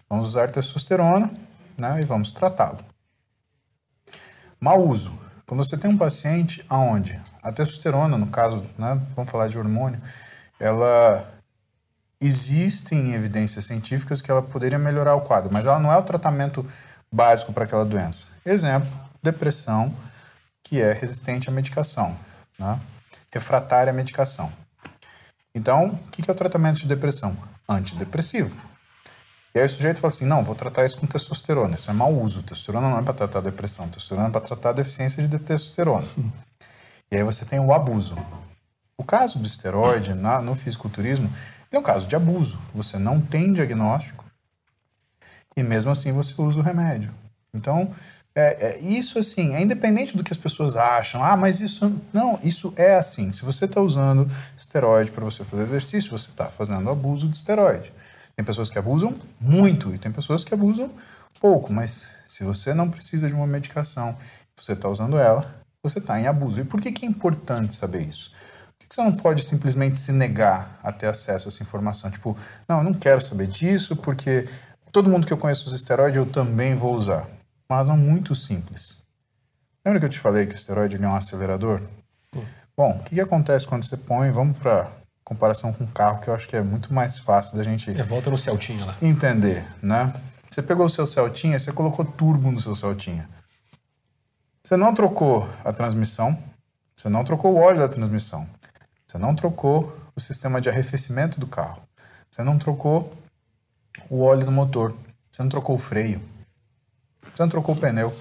Vamos usar testosterona, né, e vamos tratá-lo. Mau uso. Quando você tem um paciente onde a testosterona, no caso, né, vamos falar de hormônio, ela existem evidências científicas que ela poderia melhorar o quadro, mas ela não é o tratamento básico para aquela doença. Exemplo, depressão, que é resistente à medicação, né? Refratária à medicação. Então, o que é o tratamento de depressão? Antidepressivo. E aí o sujeito fala assim, não, vou tratar isso com testosterona. Isso é mau uso. Testosterona não é para tratar a depressão. Testosterona é para tratar a deficiência de testosterona. E aí você tem o abuso. O caso do esteroide no fisiculturismo é um caso de abuso. Você não tem diagnóstico e mesmo assim você usa o remédio. Então, isso assim, é independente do que as pessoas acham. Ah, mas isso... Não, isso é assim. Se você está usando esteroide para você fazer exercício, você está fazendo abuso de esteroide. Tem pessoas que abusam muito e tem pessoas que abusam pouco, mas se você não precisa de uma medicação, você está usando ela, você está em abuso. E por que é importante saber isso? Por que você não pode simplesmente se negar a ter acesso a essa informação? Tipo, não, eu não quero saber disso porque todo mundo que eu conheço usa esteroide, eu também vou usar. Uma razão muito simples. Lembra que eu te falei que o esteroide é um acelerador? Bom, o que acontece quando você põe, vamos para comparação com o carro, que eu acho que é muito mais fácil da gente... volta no Celtinha lá. Entender, né? Você pegou o seu Celtinha, você colocou turbo no seu Celtinha. Você não trocou a transmissão, você não trocou o óleo da transmissão, você não trocou o sistema de arrefecimento do carro, você não trocou o óleo do motor, você não trocou o freio, você não trocou o pneu.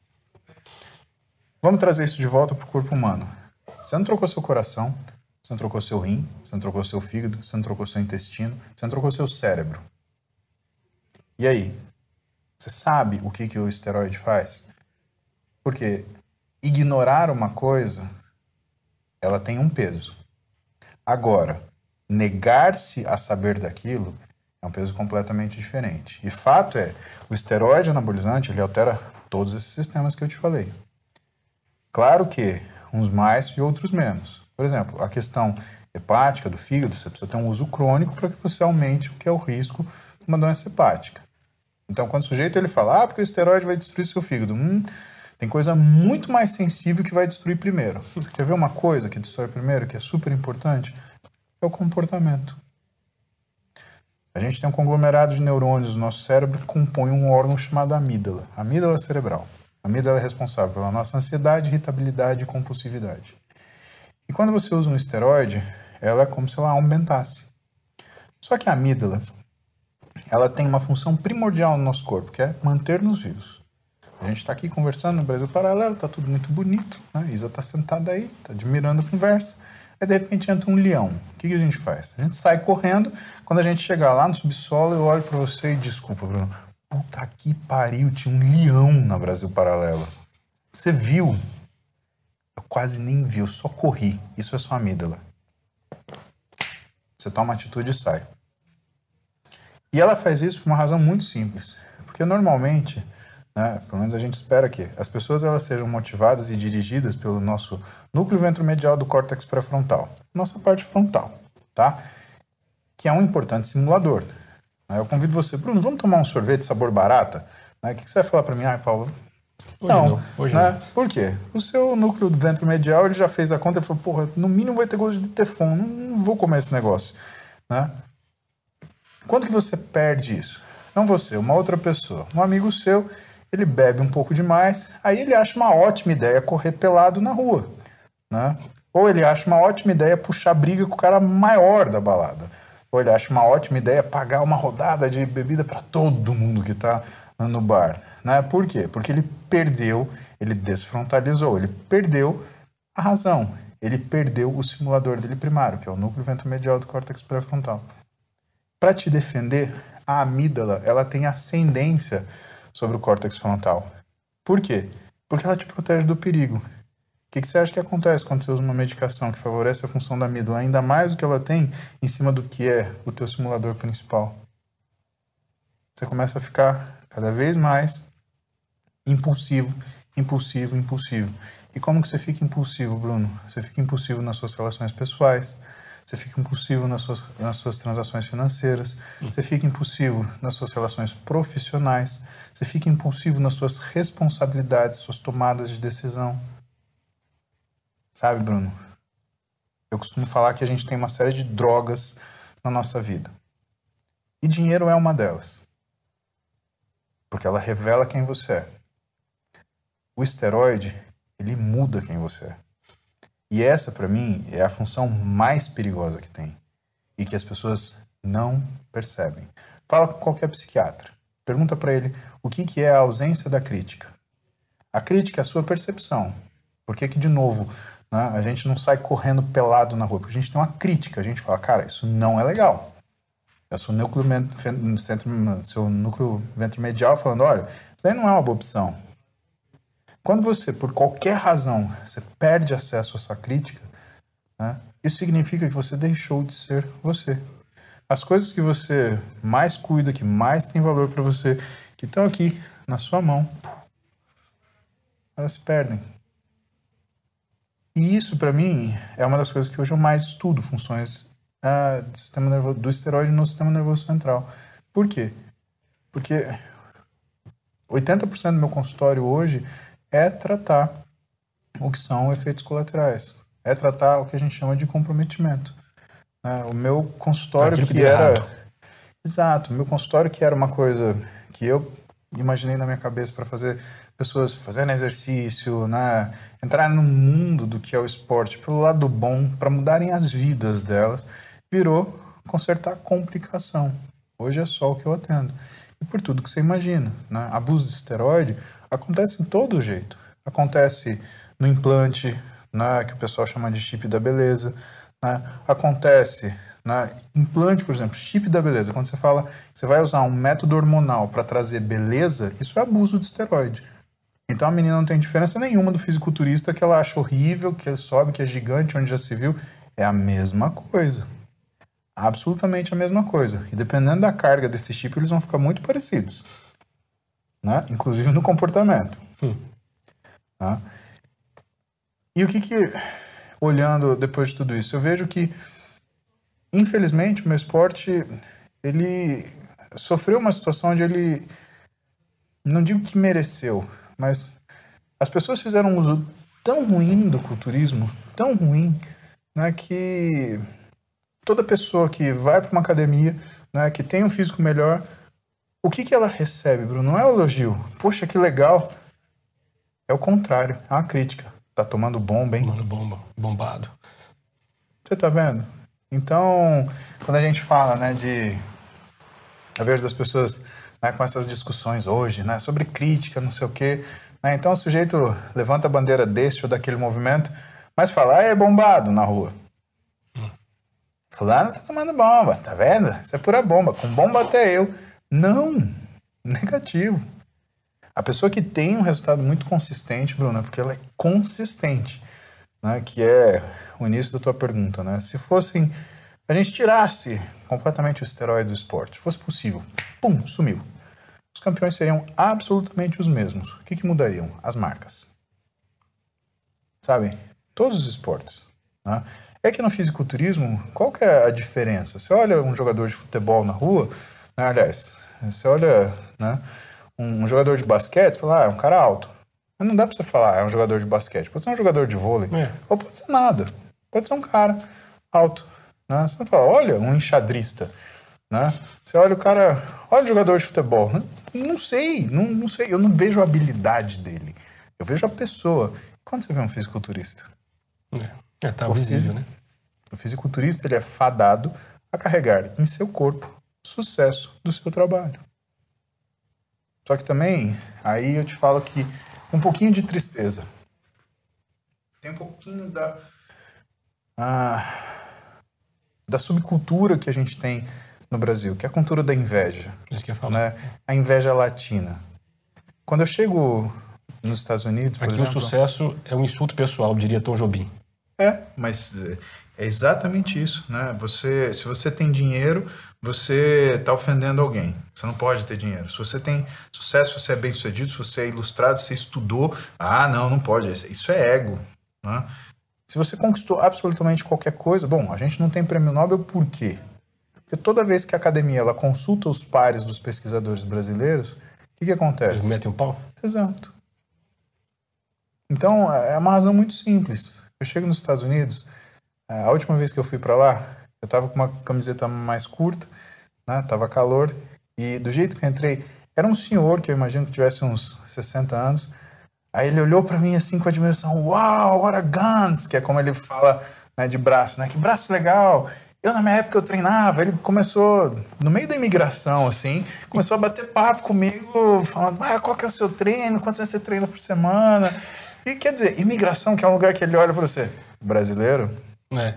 Vamos trazer isso de volta para o corpo humano. Você não trocou seu coração, você não trocou seu rim, você não trocou seu fígado, você não trocou seu intestino, você não trocou seu cérebro. E aí? Você sabe o que o esteroide faz? Porque ignorar uma coisa, ela tem um peso. Agora, negar-se a saber daquilo é um peso completamente diferente. E fato é, o esteroide anabolizante, ele altera todos esses sistemas que eu te falei. Claro que uns mais e outros menos. Por exemplo, a questão hepática do fígado, você precisa ter um uso crônico para que você aumente o que é o risco de uma doença hepática. Então, quando o sujeito ele fala, porque o esteroide vai destruir seu fígado, tem coisa muito mais sensível que vai destruir primeiro. Você quer ver uma coisa que destrói primeiro, que é super importante? É o comportamento. A gente tem um conglomerado de neurônios no nosso cérebro que compõe um órgão chamado amígdala, amígdala cerebral. A amígdala é responsável pela nossa ansiedade, irritabilidade e compulsividade. E quando você usa um esteroide, ela é como se ela aumentasse. Só que a amígdala, ela tem uma função primordial no nosso corpo, que é manter-nos vivos. A gente está aqui conversando no Brasil Paralelo, está tudo muito bonito, né? Isa está sentada aí, está admirando a conversa. Aí, de repente, entra um leão. O que a gente faz? A gente sai correndo. Quando a gente chegar lá no subsolo, eu olho para você e desculpa, Bruno. Puta que pariu, tinha um leão na Brasil Paralelo. Você viu? Eu quase nem vi, eu só corri. Isso é sua amígdala. Você toma atitude e sai. E ela faz isso por uma razão muito simples. Porque normalmente, né, pelo menos a gente espera que as pessoas elas sejam motivadas e dirigidas pelo nosso núcleo ventromedial do córtex pré-frontal. Nossa parte frontal, tá? Que é um importante simulador. Eu convido você, Bruno, vamos tomar um sorvete sabor barata? O que você vai falar para mim? Paulo, hoje não. Por quê? O seu núcleo ventromedial ele já fez a conta e falou, porra, no mínimo vai ter gosto de Teflon, não vou comer esse negócio. Né? Quando que você perde isso? Não você, uma outra pessoa. Um amigo seu, ele bebe um pouco demais, aí ele acha uma ótima ideia correr pelado na rua. Né? Ou ele acha uma ótima ideia puxar briga com o cara maior da balada. Ou ele acha uma ótima ideia pagar uma rodada de bebida para todo mundo que está no bar. Né? Por quê? Porque ele perdeu, ele desfrontalizou, ele perdeu a razão. Ele perdeu o simulador dele primário, que é o núcleo ventromedial do córtex pré-frontal. Para te defender, a amígdala ela tem ascendência sobre o córtex frontal. Por quê? Porque ela te protege do perigo. O que você acha que acontece quando você usa uma medicação que favorece a função da amígdala, ainda mais do que ela tem em cima do que é o teu simulador principal? Você começa a ficar cada vez mais impulsivo. E como que você fica impulsivo, Bruno? Você fica impulsivo nas suas relações pessoais, você fica impulsivo nas suas transações financeiras, você fica impulsivo nas suas relações profissionais, você fica impulsivo nas suas responsabilidades, suas tomadas de decisão. Sabe, Bruno? Eu costumo falar que a gente tem uma série de drogas na nossa vida. E dinheiro é uma delas. Porque ela revela quem você é. O esteroide, ele muda quem você é. E essa, para mim, é a função mais perigosa que tem. E que as pessoas não percebem. Fala com qualquer psiquiatra. Pergunta para ele o que é a ausência da crítica. A crítica é a sua percepção. Por que, de novo, né, a gente não sai correndo pelado na rua? Porque a gente tem uma crítica. A gente fala, cara, isso não é legal. É o seu núcleo ventromedial falando, olha, isso daí não é uma boa opção. Quando você, por qualquer razão, você perde acesso a essa crítica, né, isso significa que você deixou de ser você. As coisas que você mais cuida, que mais tem valor para você, que estão aqui na sua mão, elas se perdem. E isso, para mim, é uma das coisas que hoje eu mais estudo, funções do esteroide no sistema nervoso central. Por quê? Porque 80% do meu consultório hoje é tratar o que são efeitos colaterais. É tratar o que a gente chama de comprometimento. O meu consultório que era... Exato. O meu consultório que era uma coisa que eu imaginei na minha cabeça para fazer pessoas fazendo exercício, né? Entrar no mundo do que é o esporte pelo lado bom, para mudarem as vidas delas, virou consertar complicação. Hoje é só o que eu atendo. E por tudo que você imagina, né? Abuso de esteroide acontece em todo jeito. Acontece no implante, né, que o pessoal chama de chip da beleza. Né? Acontece na implante, por exemplo, chip da beleza. Quando você fala que você vai usar um método hormonal para trazer beleza, isso é abuso de esteroide. Então a menina não tem diferença nenhuma do fisiculturista que ela acha horrível, que ele sobe, que é gigante, onde já se viu. É a mesma coisa. Absolutamente a mesma coisa. E dependendo da carga desse chip, eles vão ficar muito parecidos. Né? Inclusive no comportamento. Tá? E o que, olhando depois de tudo isso, eu vejo que, infelizmente, o meu esporte, ele sofreu uma situação onde ele, não digo que mereceu, mas as pessoas fizeram um uso tão ruim do culturismo, tão ruim, né, que toda pessoa que vai para uma academia, né, que tem um físico melhor, o que ela recebe, Bruno? Não é um elogio. Poxa, que legal. É o contrário, é uma crítica. Tá tomando bomba, hein? Tomando bomba, bombado. Você tá vendo? Então, quando a gente fala, né, eu vejo das pessoas, né, com essas discussões hoje, né, sobre crítica, não sei o quê, né, então o sujeito levanta a bandeira desse ou daquele movimento, mas fala, é bombado na rua. Fulano tá tomando bomba, tá vendo? Isso é pura bomba, com bomba até eu. Não, negativo. A pessoa que tem um resultado muito consistente, Bruno, é porque ela é consistente, né? Que é o início da tua pergunta, né? Se a gente tirasse completamente o esteroide do esporte, fosse possível, pum, sumiu. Os campeões seriam absolutamente os mesmos. O que mudariam? As marcas. Sabe? Todos os esportes. Né? É que no fisiculturismo, qual que é a diferença? Você olha um jogador de futebol na rua, né? Aliás, você olha, né, um jogador de basquete, fala, é um cara alto. Mas não dá pra você falar, é um jogador de basquete. Pode ser um jogador de vôlei, ou pode ser nada. Pode ser um cara alto. Né? Você fala, olha, um enxadrista. Né? Você olha o cara, olha o jogador de futebol. Não sei, não sei. Eu não vejo a habilidade dele. Eu vejo a pessoa. Quando você vê um fisiculturista? Tá visível, né? O fisiculturista, ele é fadado a carregar em seu corpo o sucesso do seu trabalho. Só que também, aí eu te falo que um pouquinho de tristeza. Tem um pouquinho da subcultura que a gente tem no Brasil, que é a cultura da inveja. Isso que eu ia falar. Né? A inveja latina. Quando eu chego nos Estados Unidos, por exemplo... Aqui o sucesso é um insulto pessoal, diria Tom Jobim. Mas é exatamente isso, né? Se você tem dinheiro, você está ofendendo alguém. Você não pode ter dinheiro. Se você tem sucesso, se você é bem-sucedido, se você é ilustrado, se você estudou, não pode. Isso é ego, né? Se você conquistou absolutamente qualquer coisa, bom, a gente não tem prêmio Nobel por quê? Porque toda vez que a academia ela consulta os pares dos pesquisadores brasileiros, o que acontece? Eles metem um pau? Exato. Então, é uma razão muito simples. Eu chego nos Estados Unidos, a última vez que eu fui para lá, eu tava com uma camiseta mais curta, né? Tava calor, e do jeito que eu entrei, era um senhor que eu imagino que tivesse uns 60 anos. Aí ele olhou para mim assim com admiração, "Wow, what a guns!" Que é como ele fala, né, de braço, né? Que braço legal! Eu, na minha época, eu treinava, ele começou, no meio da imigração, assim, começou a bater papo comigo, falando, qual que é o seu treino, quantas vezes você treina por semana? E quer dizer, imigração, que é um lugar que ele olha pra você, brasileiro? É.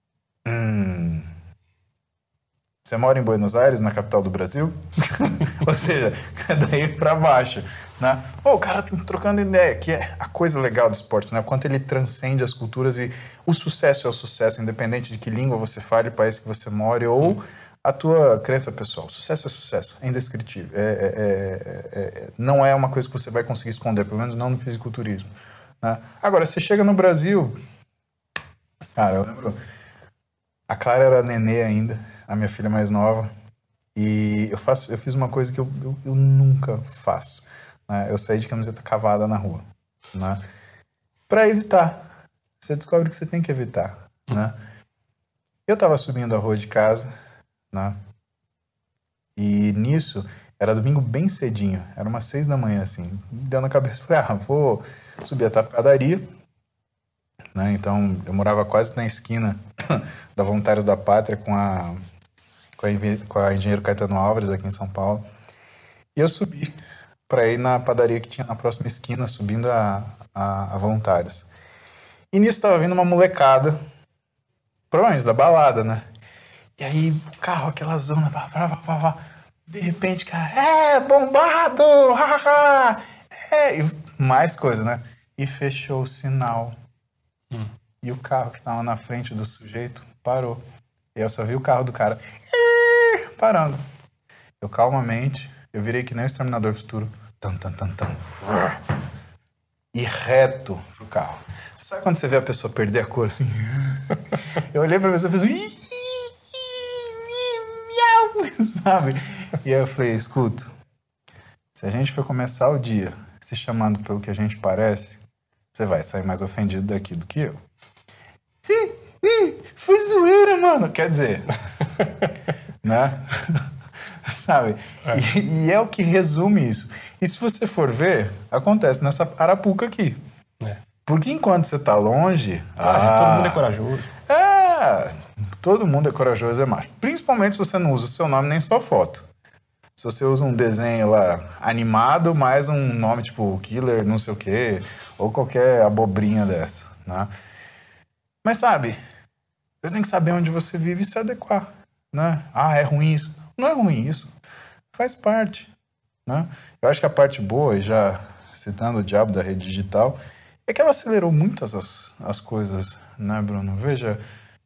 Você mora em Buenos Aires, na capital do Brasil? Ou seja, é daí pra baixo, né? O cara trocando ideia, que é a coisa legal do esporte, né? O quanto ele transcende as culturas e o sucesso é o sucesso, independente de que língua você fale, país que você more ou a tua crença pessoal. Sucesso é sucesso, é indescritível. Não é uma coisa que você vai conseguir esconder, pelo menos não no fisiculturismo, né? Agora, você chega no Brasil... Cara, eu lembro... A Clara era nenê ainda, a minha filha mais nova, e eu fiz uma coisa que eu nunca faço, né? Eu saí de camiseta cavada na rua, né? Pra evitar. Você descobre que você tem que evitar, né? Eu tava subindo a rua de casa, né? E nisso, era domingo bem cedinho, era umas 6 da manhã, assim, me deu na cabeça, falei, vou subir até a padaria, né? Então, eu morava quase na esquina da Voluntários da Pátria com a Engenheiro Caetano Álvares, aqui em São Paulo. E eu subi para ir na padaria que tinha na próxima esquina, subindo a Voluntários. E nisso estava vindo uma molecada, provavelmente da balada, né? E aí, o carro, aquela zona, de repente, cara, bombado! E mais coisa, né? E fechou o sinal. E o carro que estava na frente do sujeito parou. E eu só vi o carro do cara parando. Eu calmamente, eu virei que nem o Exterminador do Futuro. E reto pro carro. Você sabe quando você vê a pessoa perder a cor assim? Eu olhei pra pessoa e pensei, sabe? E aí eu falei, escuta, se a gente for começar o dia se chamando pelo que a gente parece, você vai sair mais ofendido daqui do que eu. Sim, foi zoeira, mano. Quer dizer, né? Sabe? E é o que resume isso. E se você for ver, acontece nessa arapuca aqui. Porque enquanto você tá longe... todo mundo é corajoso. Todo mundo é corajoso, é macho. Principalmente se você não usa o seu nome nem sua foto. Se você usa um desenho lá animado, mais um nome tipo Killer, não sei o quê, ou qualquer abobrinha dessa, né? Mas sabe, você tem que saber onde você vive e se adequar, né? É ruim isso. Não é ruim isso. Faz parte, né? Eu acho que a parte boa, e já citando o diabo da rede digital, é que ela acelerou muitas as coisas, né, Bruno? Veja...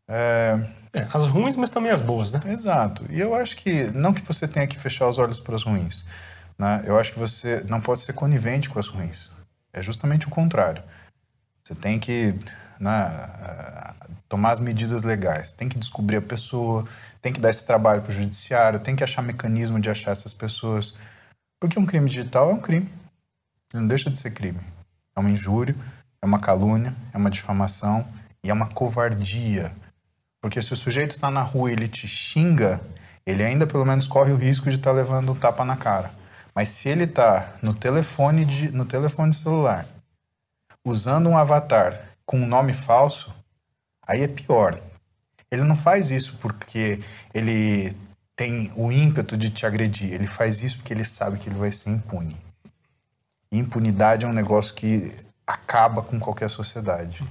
as ruins, mas também as boas, né? Exato. E eu acho que, não que você tenha que fechar os olhos para as ruins, né? Eu acho que você não pode ser conivente com as ruins. É justamente o contrário. Você tem que, né, tomar as medidas legais. Tem que descobrir a pessoa, tem que dar esse trabalho para o judiciário, tem que achar mecanismo de achar essas pessoas. Porque um crime digital é um crime. Ele não deixa de ser crime. É uma injúria, é uma calúnia, é uma difamação e é uma covardia. Porque se o sujeito está na rua e ele te xinga, ele ainda pelo menos corre o risco de estar levando um tapa na cara. Mas se ele está no telefone celular, usando um avatar com um nome falso, aí é pior. Ele não faz isso porque ele tem o ímpeto de te agredir. Ele faz isso porque ele sabe que ele vai ser impune. E impunidade é um negócio que acaba com qualquer sociedade.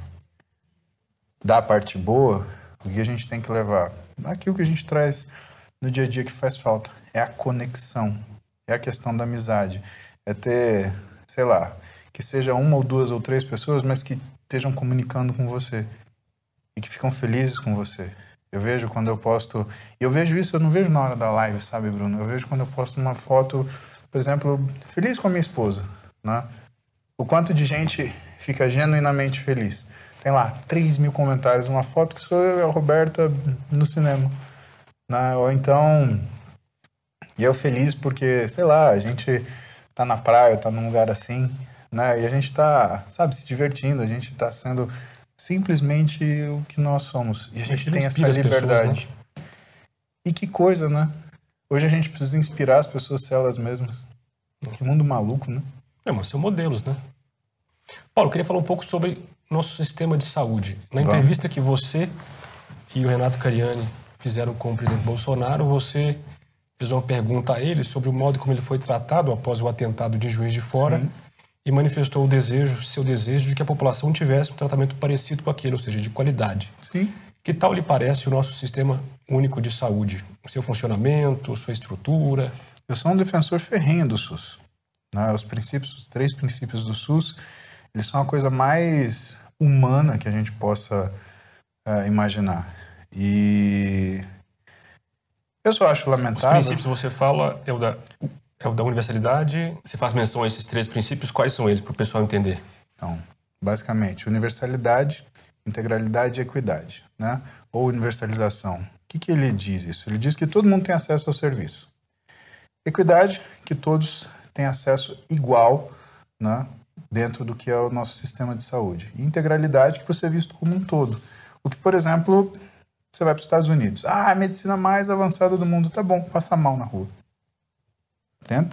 Da parte boa... O que a gente tem que levar? Aquilo que a gente traz no dia a dia que faz falta. É a conexão. É a questão da amizade. É ter, sei lá, que seja 1 ou 2 ou 3 pessoas, mas que estejam comunicando com você. E que ficam felizes com você. Eu vejo quando eu posto... Eu vejo isso, eu não vejo na hora da live, sabe, Bruno? Eu vejo quando eu posto uma foto, por exemplo, feliz com a minha esposa, né? O quanto de gente fica genuinamente feliz. tem lá 3 mil comentários numa foto que sou eu e a Roberta no cinema, né? Ou então, e eu feliz porque, sei lá, a gente tá na praia, tá num lugar assim, né? E a gente tá, sabe, se divertindo, a gente tá sendo simplesmente o que nós somos. E a gente tem essa liberdade. Pessoas, né? E que coisa, né? Hoje a gente precisa inspirar as pessoas a ser elas mesmas. Que mundo maluco, né? Mas são modelos, né? Paulo, eu queria falar um pouco sobre nosso sistema de saúde. Na Vamos. entrevista que você e o Renato Cariani fizeram com o presidente Bolsonaro, você fez uma pergunta a ele sobre o modo como ele foi tratado após o atentado de Juiz de Fora. Sim. E manifestou seu desejo de que a população tivesse um tratamento parecido com aquele, ou seja, de qualidade. Sim. Que tal lhe parece o nosso sistema único de saúde? O seu funcionamento, sua estrutura? Eu sou um defensor ferrenho do SUS. Né? Os 3 princípios do SUS, eles são a coisa mais humana que a gente possa imaginar. E eu só acho lamentável... Os princípios você fala é o da universalidade. Você faz menção a esses 3 princípios. Quais são eles para o pessoal entender? Então, basicamente, universalidade, integralidade e equidade, né? Ou universalização. O que ele diz isso? Ele diz que todo mundo tem acesso ao serviço. Equidade, que todos têm acesso igual, né, dentro do que é o nosso sistema de saúde. E integralidade, que você é visto como um todo. O que, por exemplo, você vai para os Estados Unidos. A medicina mais avançada do mundo. Tá bom, passa mal na rua. Tenta.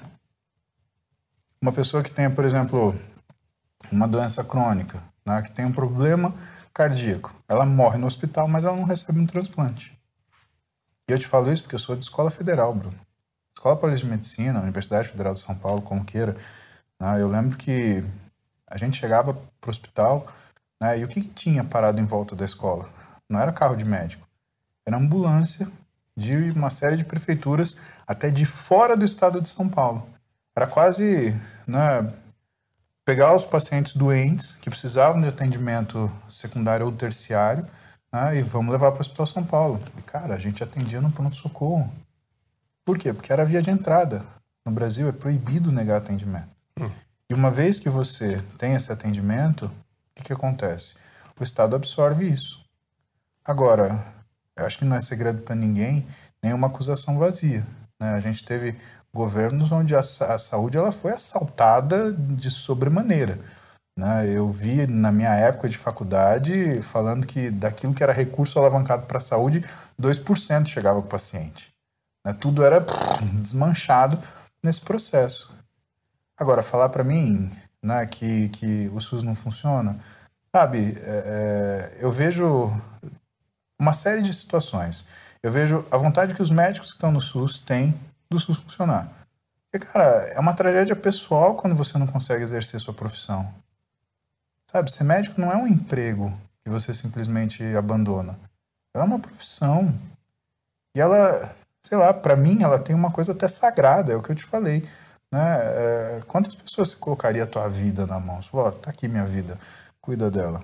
Uma pessoa que tenha, por exemplo, uma doença crônica, né, que tem um problema cardíaco, ela morre no hospital, mas ela não recebe um transplante. E eu te falo isso porque eu sou de escola federal, Bruno. Escola Paulista de Medicina, Universidade Federal de São Paulo, como queira. Né, eu lembro que a gente chegava para o hospital, né, e o que tinha parado em volta da escola? Não era carro de médico, era ambulância de uma série de prefeituras até de fora do estado de São Paulo. Era quase, né, pegar os pacientes doentes que precisavam de atendimento secundário ou terciário, né, e vamos levar para o Hospital São Paulo. E, cara, a gente atendia no pronto-socorro. Por quê? Porque era a via de entrada. No Brasil é proibido negar atendimento. E uma vez que você tem esse atendimento, o que acontece? O Estado absorve isso. Agora, eu acho que não é segredo para ninguém nenhuma acusação vazia. Né? A gente teve governos onde a saúde ela foi assaltada de sobremaneira. Né? Eu vi na minha época de faculdade falando que daquilo que era recurso alavancado para a saúde, 2% chegava para o paciente. Né? Tudo era desmanchado nesse processo. Agora, falar para mim, né, que o SUS não funciona, sabe, eu vejo uma série de situações. Eu vejo a vontade que os médicos que estão no SUS têm do SUS funcionar. Porque, cara, é uma tragédia pessoal quando você não consegue exercer sua profissão. Sabe, ser médico não é um emprego que você simplesmente abandona. Ela é uma profissão. E ela, sei lá, pra mim, ela tem uma coisa até sagrada, é o que eu te falei. Né? Quantas pessoas você colocaria a tua vida na mão? Você fala, tá aqui minha vida, cuida dela.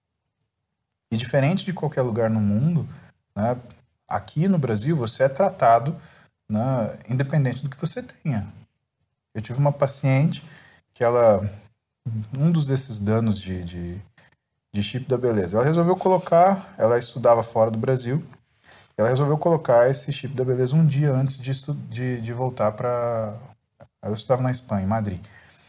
E diferente de qualquer lugar no mundo, né, aqui no Brasil você é tratado, né, independente do que você tenha. Eu tive uma paciente que ela, um desses danos de chip da beleza, ela resolveu colocar, ela estudava fora do Brasil, ela resolveu colocar esse chip da beleza um dia antes de voltar para... Ela estudava na Espanha, em Madrid.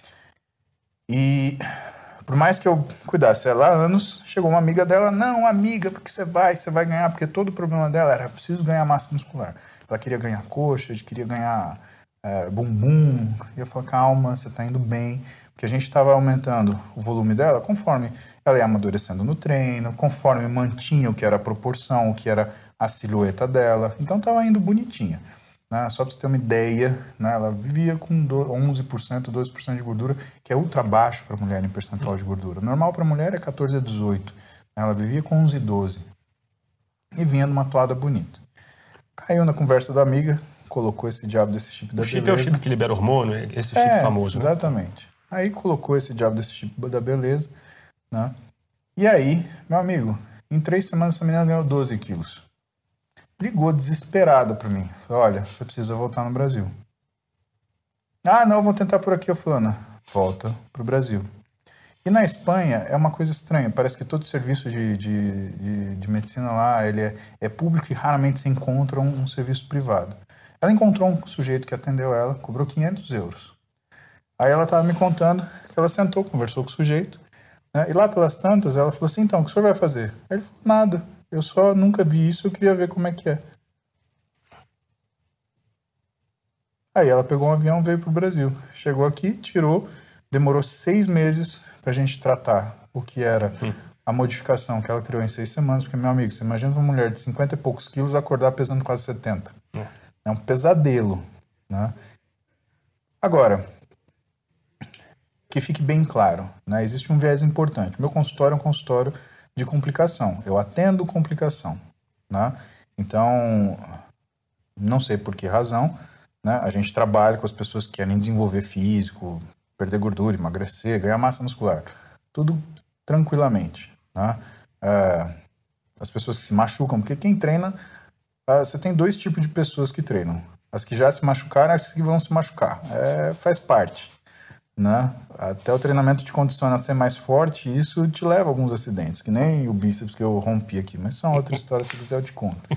E por mais que eu cuidasse ela há anos, chegou uma amiga dela, não, amiga, porque você vai ganhar, porque todo o problema dela era, preciso ganhar massa muscular. Ela queria ganhar coxa, queria ganhar bumbum. E eu falei, calma, você tá indo bem. Porque a gente estava aumentando o volume dela conforme ela ia amadurecendo no treino, conforme mantinha o que era a proporção, o que era a silhueta dela. Então estava indo bonitinha. Né? Só para você ter uma ideia, né? Ela vivia com 11%, 12% de gordura, que é ultra baixo para mulher em percentual de gordura. Normal para mulher é 14 a 18. Ela vivia com 11, 12. E vinha numa toada bonita. Caiu na conversa da amiga, colocou esse diabo desse chip da beleza. O chip é o chip que libera hormônio, esse chip famoso. Exatamente. Né? Aí colocou esse diabo desse chip da beleza, né? E aí, meu amigo, em 3 semanas essa menina ganhou 12 quilos. Ligou desesperada para mim. Falou, olha, você precisa voltar no Brasil. Ah, não, eu vou tentar por aqui. Eu falei, Ana, volta pro Brasil. E na Espanha é uma coisa estranha, parece que todo serviço de medicina lá ele é público e raramente se encontra um serviço privado. Ela encontrou um sujeito que atendeu ela, cobrou 500 euros. Aí ela estava me contando que ela sentou, conversou com o sujeito, né, e lá pelas tantas ela falou assim, então, o que o senhor vai fazer? Aí ele falou, nada, eu só nunca vi isso, eu queria ver como é que é. Aí ela pegou um avião e veio para o Brasil. Chegou aqui, tirou, demorou 6 meses para a gente tratar o que era a modificação que ela criou em 6 semanas, porque, meu amigo, você imagina uma mulher de 50 e poucos quilos acordar pesando quase 70. É um pesadelo, né? Agora, que fique bem claro, né? Existe um viés importante. Meu consultório é um consultório de complicação. Eu atendo complicação, né? Então, não sei por que razão, né? A gente trabalha com as pessoas que querem desenvolver físico, perder gordura, emagrecer, ganhar massa muscular. Tudo tranquilamente, né? As pessoas que se machucam, porque quem treina... você tem 2 tipos de pessoas que treinam. As que já se machucaram e as que vão se machucar. Faz parte, né? Até o treinamento te condiciona a ser mais forte e isso te leva a alguns acidentes, que nem o bíceps que eu rompi aqui. Mas isso é uma outra história, se quiser eu te conto.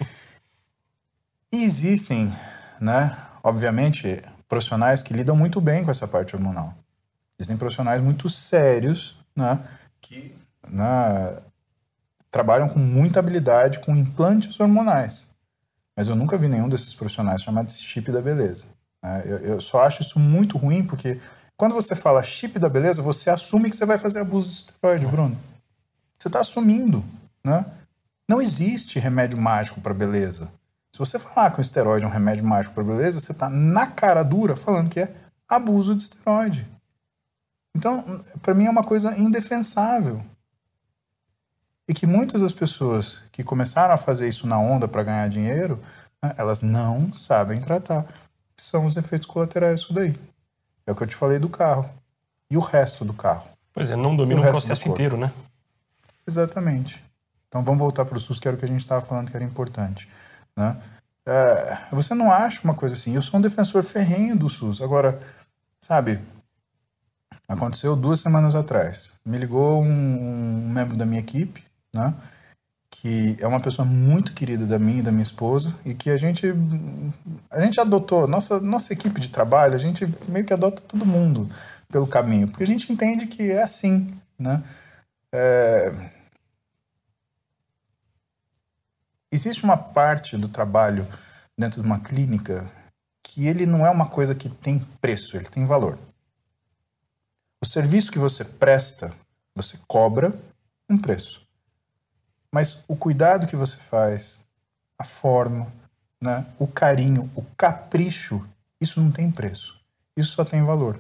E existem, né, obviamente, profissionais que lidam muito bem com essa parte hormonal. Existem profissionais muito sérios, né, que trabalham com muita habilidade com implantes hormonais. Mas eu nunca vi nenhum desses profissionais chamado de chip da beleza. Eu só acho isso muito ruim, porque quando você fala chip da beleza, você assume que você vai fazer abuso de esteroide, Bruno. Você está assumindo, né? Não existe remédio mágico para beleza. Se você falar que o esteroide é um remédio mágico para beleza, você está na cara dura falando que é abuso de esteroide. Então, para mim é uma coisa indefensável. E que muitas das pessoas que começaram a fazer isso na onda para ganhar dinheiro, né, elas não sabem tratar. Que são os efeitos colaterais disso daí. É o que eu te falei do carro. E o resto do carro. Pois é, não domina o processo inteiro, né? Exatamente. Então vamos voltar para o SUS, que era o que a gente estava falando que era importante, né? Você não acha uma coisa assim? Eu sou um defensor ferrenho do SUS. Agora, sabe, aconteceu 2 semanas atrás. Me ligou um membro da minha equipe, né? Que é uma pessoa muito querida da minha e da minha esposa e que a gente adotou, nossa equipe de trabalho, a gente meio que adota todo mundo pelo caminho, porque a gente entende que é assim, né? Existe uma parte do trabalho dentro de uma clínica que ele não é uma coisa que tem preço, ele tem valor. O serviço que você presta, você cobra um preço. Mas o cuidado que você faz, a forma, né, o carinho, o capricho, isso não tem preço. Isso só tem valor.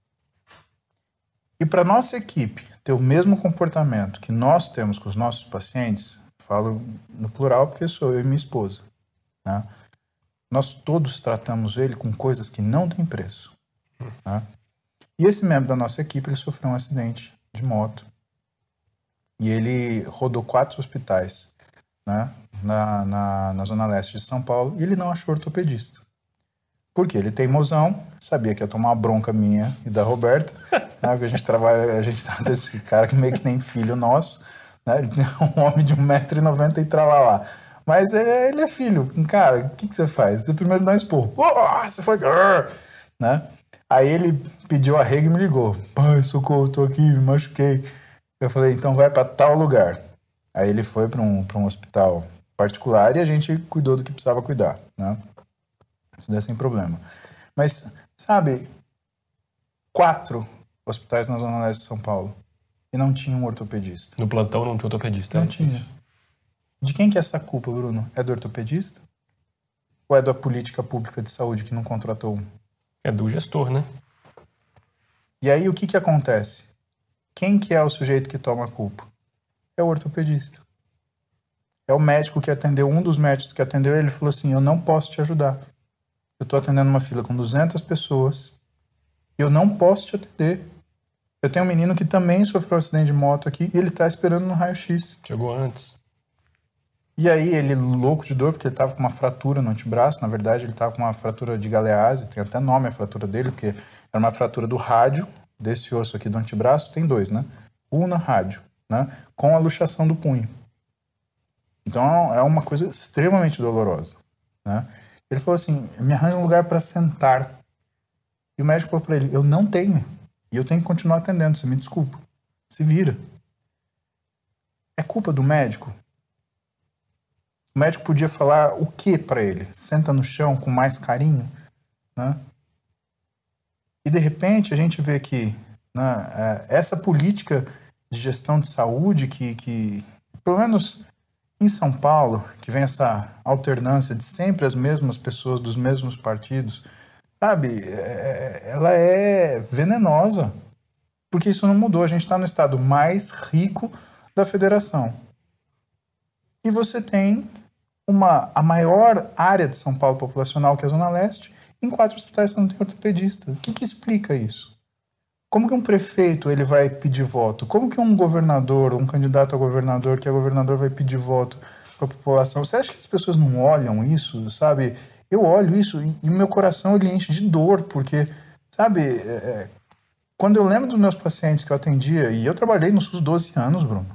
E para nossa equipe ter o mesmo comportamento que nós temos com os nossos pacientes, falo no plural porque sou eu e minha esposa, né? Nós todos tratamos ele com coisas que não têm preço, né? E esse membro da nossa equipe, ele sofreu um acidente de moto. E ele rodou 4 hospitais, né, na Zona Leste de São Paulo, e ele não achou ortopedista. Por quê? Ele é teimosão, sabia que ia tomar uma bronca minha e da Roberta, né, porque a gente trata esse cara que meio que nem filho nosso, né, ele é um homem de 1,90 m e tralalá. Mas ele é filho. Cara, o que você faz? Você primeiro dá um esporro. Você foi... né? Aí ele pediu arrego e me ligou. Pai, socorro, tô aqui, me machuquei. Eu falei, então vai para tal lugar. Aí ele foi para um hospital particular e a gente cuidou do que precisava cuidar, né? Isso daí sem problema. Mas, sabe, 4 hospitais na Zona Leste de São Paulo e não tinha um ortopedista. No plantão não tinha ortopedista? Não tinha. De quem que é essa culpa, Bruno? É do ortopedista? Ou é da política pública de saúde que não contratou um? É do gestor, né? E aí o que acontece? Quem que é o sujeito que toma a culpa? É o ortopedista. É o médico que atendeu, um dos médicos que atendeu ele falou assim, eu não posso te ajudar. Eu estou atendendo uma fila com 200 pessoas e eu não posso te atender. Eu tenho um menino que também sofreu um acidente de moto aqui e ele está esperando no raio-x. Chegou antes. E aí ele, louco de dor, porque ele estava com uma fratura no antebraço, na verdade ele estava com uma fratura de galease, tem até nome a fratura dele, porque era uma fratura do rádio, desse osso aqui do antebraço tem 2, né? Ulna, rádio, né? Com a luxação do punho. Então é uma coisa extremamente dolorosa, né? Ele falou assim, me arranja um lugar para sentar. E o médico falou para ele, eu não tenho. E eu tenho que continuar atendendo, você me desculpa. Se vira. É culpa do médico? O médico podia falar o que para ele? Senta no chão com mais carinho, né? E de repente a gente vê que, né, essa política de gestão de saúde que pelo menos em São Paulo, que vem essa alternância de sempre as mesmas pessoas dos mesmos partidos, sabe, ela é venenosa, porque isso não mudou. A gente está no estado mais rico da federação. E você tem a maior área de São Paulo populacional, que é a Zona Leste, em 4 hospitais você não tem ortopedista. O que explica isso? Como que um prefeito ele vai pedir voto? Como que um governador, um candidato a governador, que é governador, vai pedir voto para a população? Você acha que as pessoas não olham isso, sabe? Eu olho isso e meu coração ele enche de dor, porque, sabe, quando eu lembro dos meus pacientes que eu atendia, e eu trabalhei no SUS 12 anos, Bruno,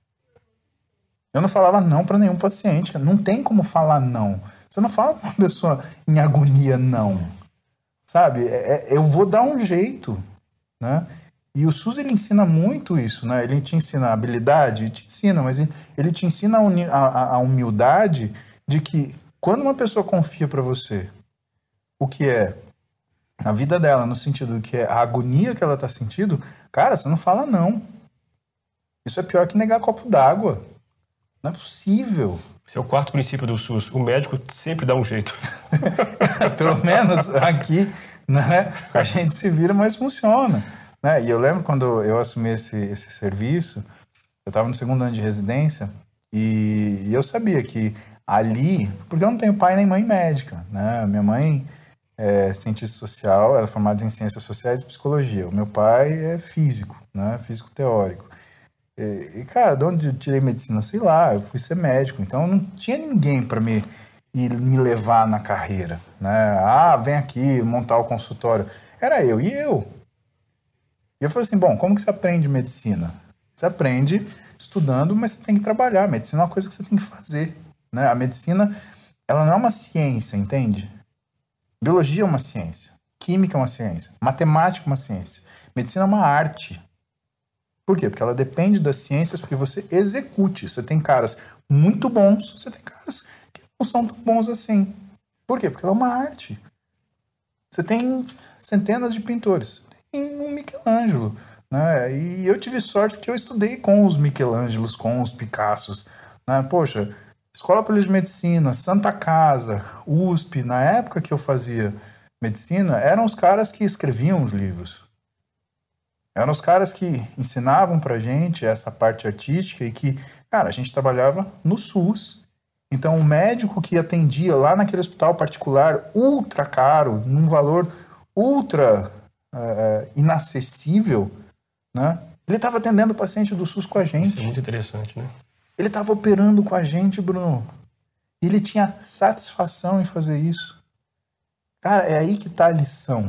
eu não falava não para nenhum paciente, cara. Não tem como falar não. Você não fala com uma pessoa em agonia não, sabe? Eu vou dar um jeito, né? E o SUS ele ensina muito isso, né? Ele te ensina a habilidade, te ensina, mas ele te ensina a humildade de que quando uma pessoa confia para você o que é a vida dela, no sentido que é a agonia que ela tá sentindo, cara, você não fala não. Isso é pior que negar copo d'água. Não é possível. Esse é o 4º princípio do SUS. O médico sempre dá um jeito. Pelo menos aqui, né, a gente se vira, mas funciona. Né? E eu lembro quando eu assumi esse serviço, eu estava no 2º ano de residência e eu sabia que ali, porque eu não tenho pai nem mãe médica, né? Minha mãe é cientista social, ela é formada em ciências sociais e psicologia. O meu pai é físico, né? Físico teórico. E, cara, de onde eu tirei medicina? Sei lá, eu fui ser médico, então não tinha ninguém para me levar na carreira, né? Ah, vem aqui montar o consultório. Era eu e eu. E eu falei assim, bom, como que você aprende medicina? Você aprende estudando, mas você tem que trabalhar. Medicina é uma coisa que você tem que fazer, né? A medicina, ela não é uma ciência, entende? Biologia é uma ciência, química é uma ciência, matemática é uma ciência, medicina é uma arte. Por quê? Porque ela depende das ciências para que você execute. Você tem caras muito bons, você tem caras que não são tão bons assim. Por quê? Porque ela é uma arte. Você tem centenas de pintores. Tem um Michelangelo, né? E eu tive sorte porque eu estudei com os Michelangelos, com os Picassos, né? Poxa, Escola Paulista de Medicina, Santa Casa, USP, na época que eu fazia medicina, eram os caras que escreviam os livros. Eram os caras que ensinavam pra gente essa parte artística e que, cara, a gente trabalhava no SUS. Então, o médico que atendia lá naquele hospital particular ultra caro, num valor ultra inacessível, né? Ele estava atendendo o paciente do SUS com a gente. Isso é muito interessante, né? Ele estava operando com a gente, Bruno. E ele tinha satisfação em fazer isso. Cara, é aí que tá a lição.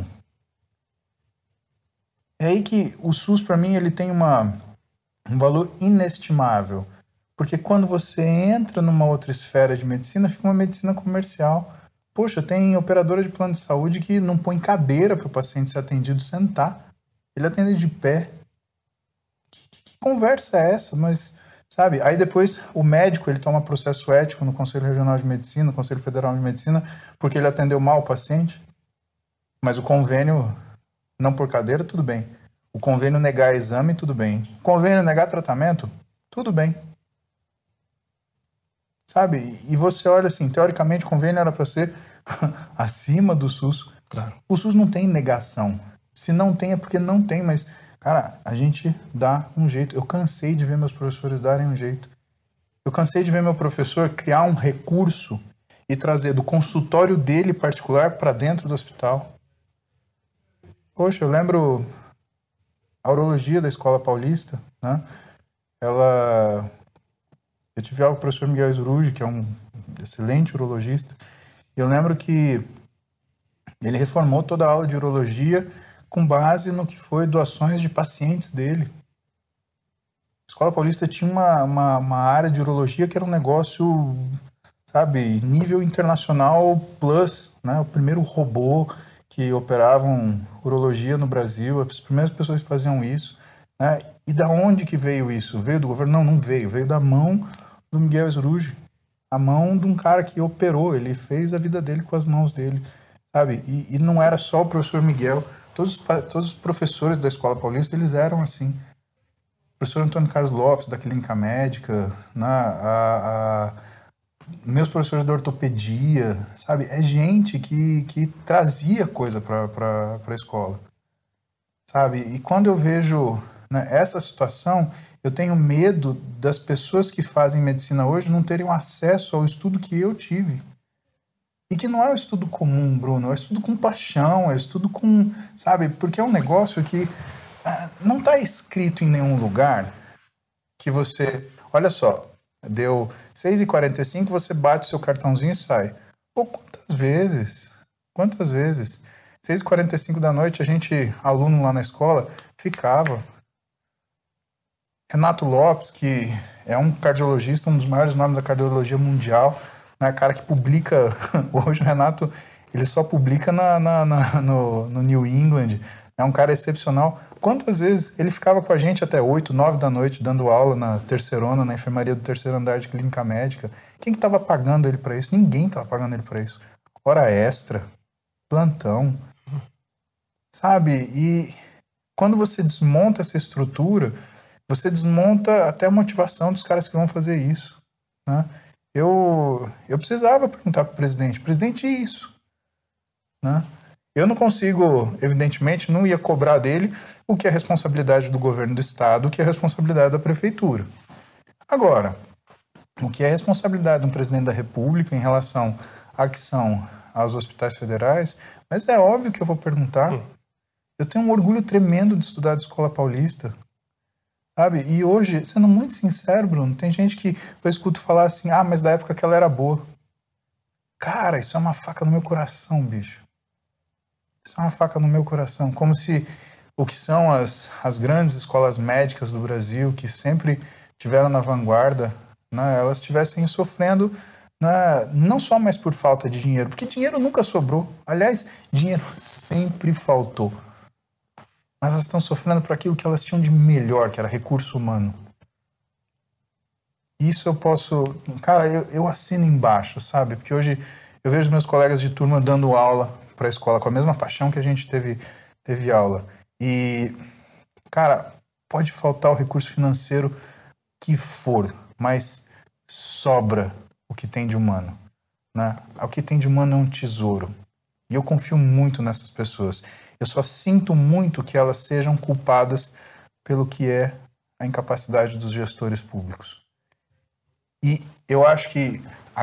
É aí que o SUS, para mim, ele tem um valor inestimável. Porque quando você entra numa outra esfera de medicina, fica uma medicina comercial. Poxa, tem operadora de plano de saúde que não põe cadeira para o paciente ser atendido sentar. Ele atende de pé. Que conversa é essa? Mas, sabe, aí depois o médico, ele toma processo ético no Conselho Regional de Medicina, no Conselho Federal de Medicina, porque ele atendeu mal o paciente. Mas o convênio... Não por cadeira, tudo bem. O convênio negar exame, tudo bem. O convênio negar tratamento, tudo bem. Sabe? E você olha assim, teoricamente o convênio era para ser acima do SUS. Claro. O SUS não tem negação. Se não tem é porque não tem, mas, cara, a gente dá um jeito. Eu cansei de ver meus professores darem um jeito. Eu cansei de ver meu professor criar um recurso e trazer do consultório dele particular para dentro do hospital. Poxa, eu lembro a urologia da Escola Paulista, né? Eu tive aula com o professor Miguel Sruge, que é um excelente urologista, e eu lembro que ele reformou toda a aula de urologia com base no que foi doações de pacientes dele. A Escola Paulista tinha uma área de urologia que era um negócio, sabe, nível internacional plus, né? O primeiro robô que operavam urologia no Brasil, as primeiras pessoas que faziam isso, né? E da onde que veio isso? Veio do governo? Não, não veio. Veio da mão do Miguel Sruji, a mão de um cara que operou, ele fez a vida dele com as mãos dele, sabe? E não era só o professor Miguel, todos os professores da Escola Paulista, eles eram assim. O professor Antônio Carlos Lopes, da Clínica Médica, né? Meus professores de ortopedia, sabe? É gente que trazia coisa para a escola, sabe? E quando eu vejo, né, essa situação, eu tenho medo das pessoas que fazem medicina hoje não terem acesso ao estudo que eu tive. E que não é um estudo comum, Bruno, é um estudo com paixão, é um estudo com, sabe? Porque é um negócio que não está escrito em nenhum lugar que você... Olha só, deu 6h45, você bate o seu cartãozinho e sai. Pô, quantas vezes? 6h45 da noite, a gente, aluno lá na escola, ficava. Renato Lopes, que é um cardiologista, um dos maiores nomes da cardiologia mundial, né, cara que publica... Hoje o Renato, ele só publica no New England, é um cara excepcional. Quantas vezes ele ficava com a gente até 8, 9 da noite, dando aula na terceirona, na enfermaria do terceiro andar de clínica médica? Quem que estava pagando ele para isso? Ninguém estava pagando ele para isso. Hora extra, plantão, sabe? E quando você desmonta essa estrutura, você desmonta até a motivação dos caras que vão fazer isso, né? Eu precisava perguntar para o presidente, isso, né? Eu não consigo, evidentemente, não ia cobrar dele o que é responsabilidade do governo do estado, o que é responsabilidade da prefeitura. Agora, o que é responsabilidade de um presidente da República em relação à que são aos hospitais federais, mas é óbvio que eu vou perguntar. Eu tenho um orgulho tremendo de estudar de Escola Paulista, sabe? E hoje, sendo muito sincero, Bruno, tem gente que eu escuto falar assim, mas da época que ela era boa. Cara, isso é uma faca no meu coração, bicho. Isso é uma faca no meu coração, como se o que são as grandes escolas médicas do Brasil, que sempre tiveram na vanguarda, né, elas estivessem sofrendo, né, não só mais por falta de dinheiro, porque dinheiro nunca sobrou. Aliás, dinheiro sempre faltou. Mas elas estão sofrendo por aquilo que elas tinham de melhor, que era recurso humano. Isso eu posso... Cara, eu assino embaixo, sabe? Porque hoje eu vejo meus colegas de turma dando aula para a escola com a mesma paixão que a gente teve aula. E, cara, pode faltar o recurso financeiro que for, mas sobra o que tem de humano, né? O que tem de humano é um tesouro. E eu confio muito nessas pessoas. Eu só sinto muito que elas sejam culpadas pelo que é a incapacidade dos gestores públicos. E eu acho que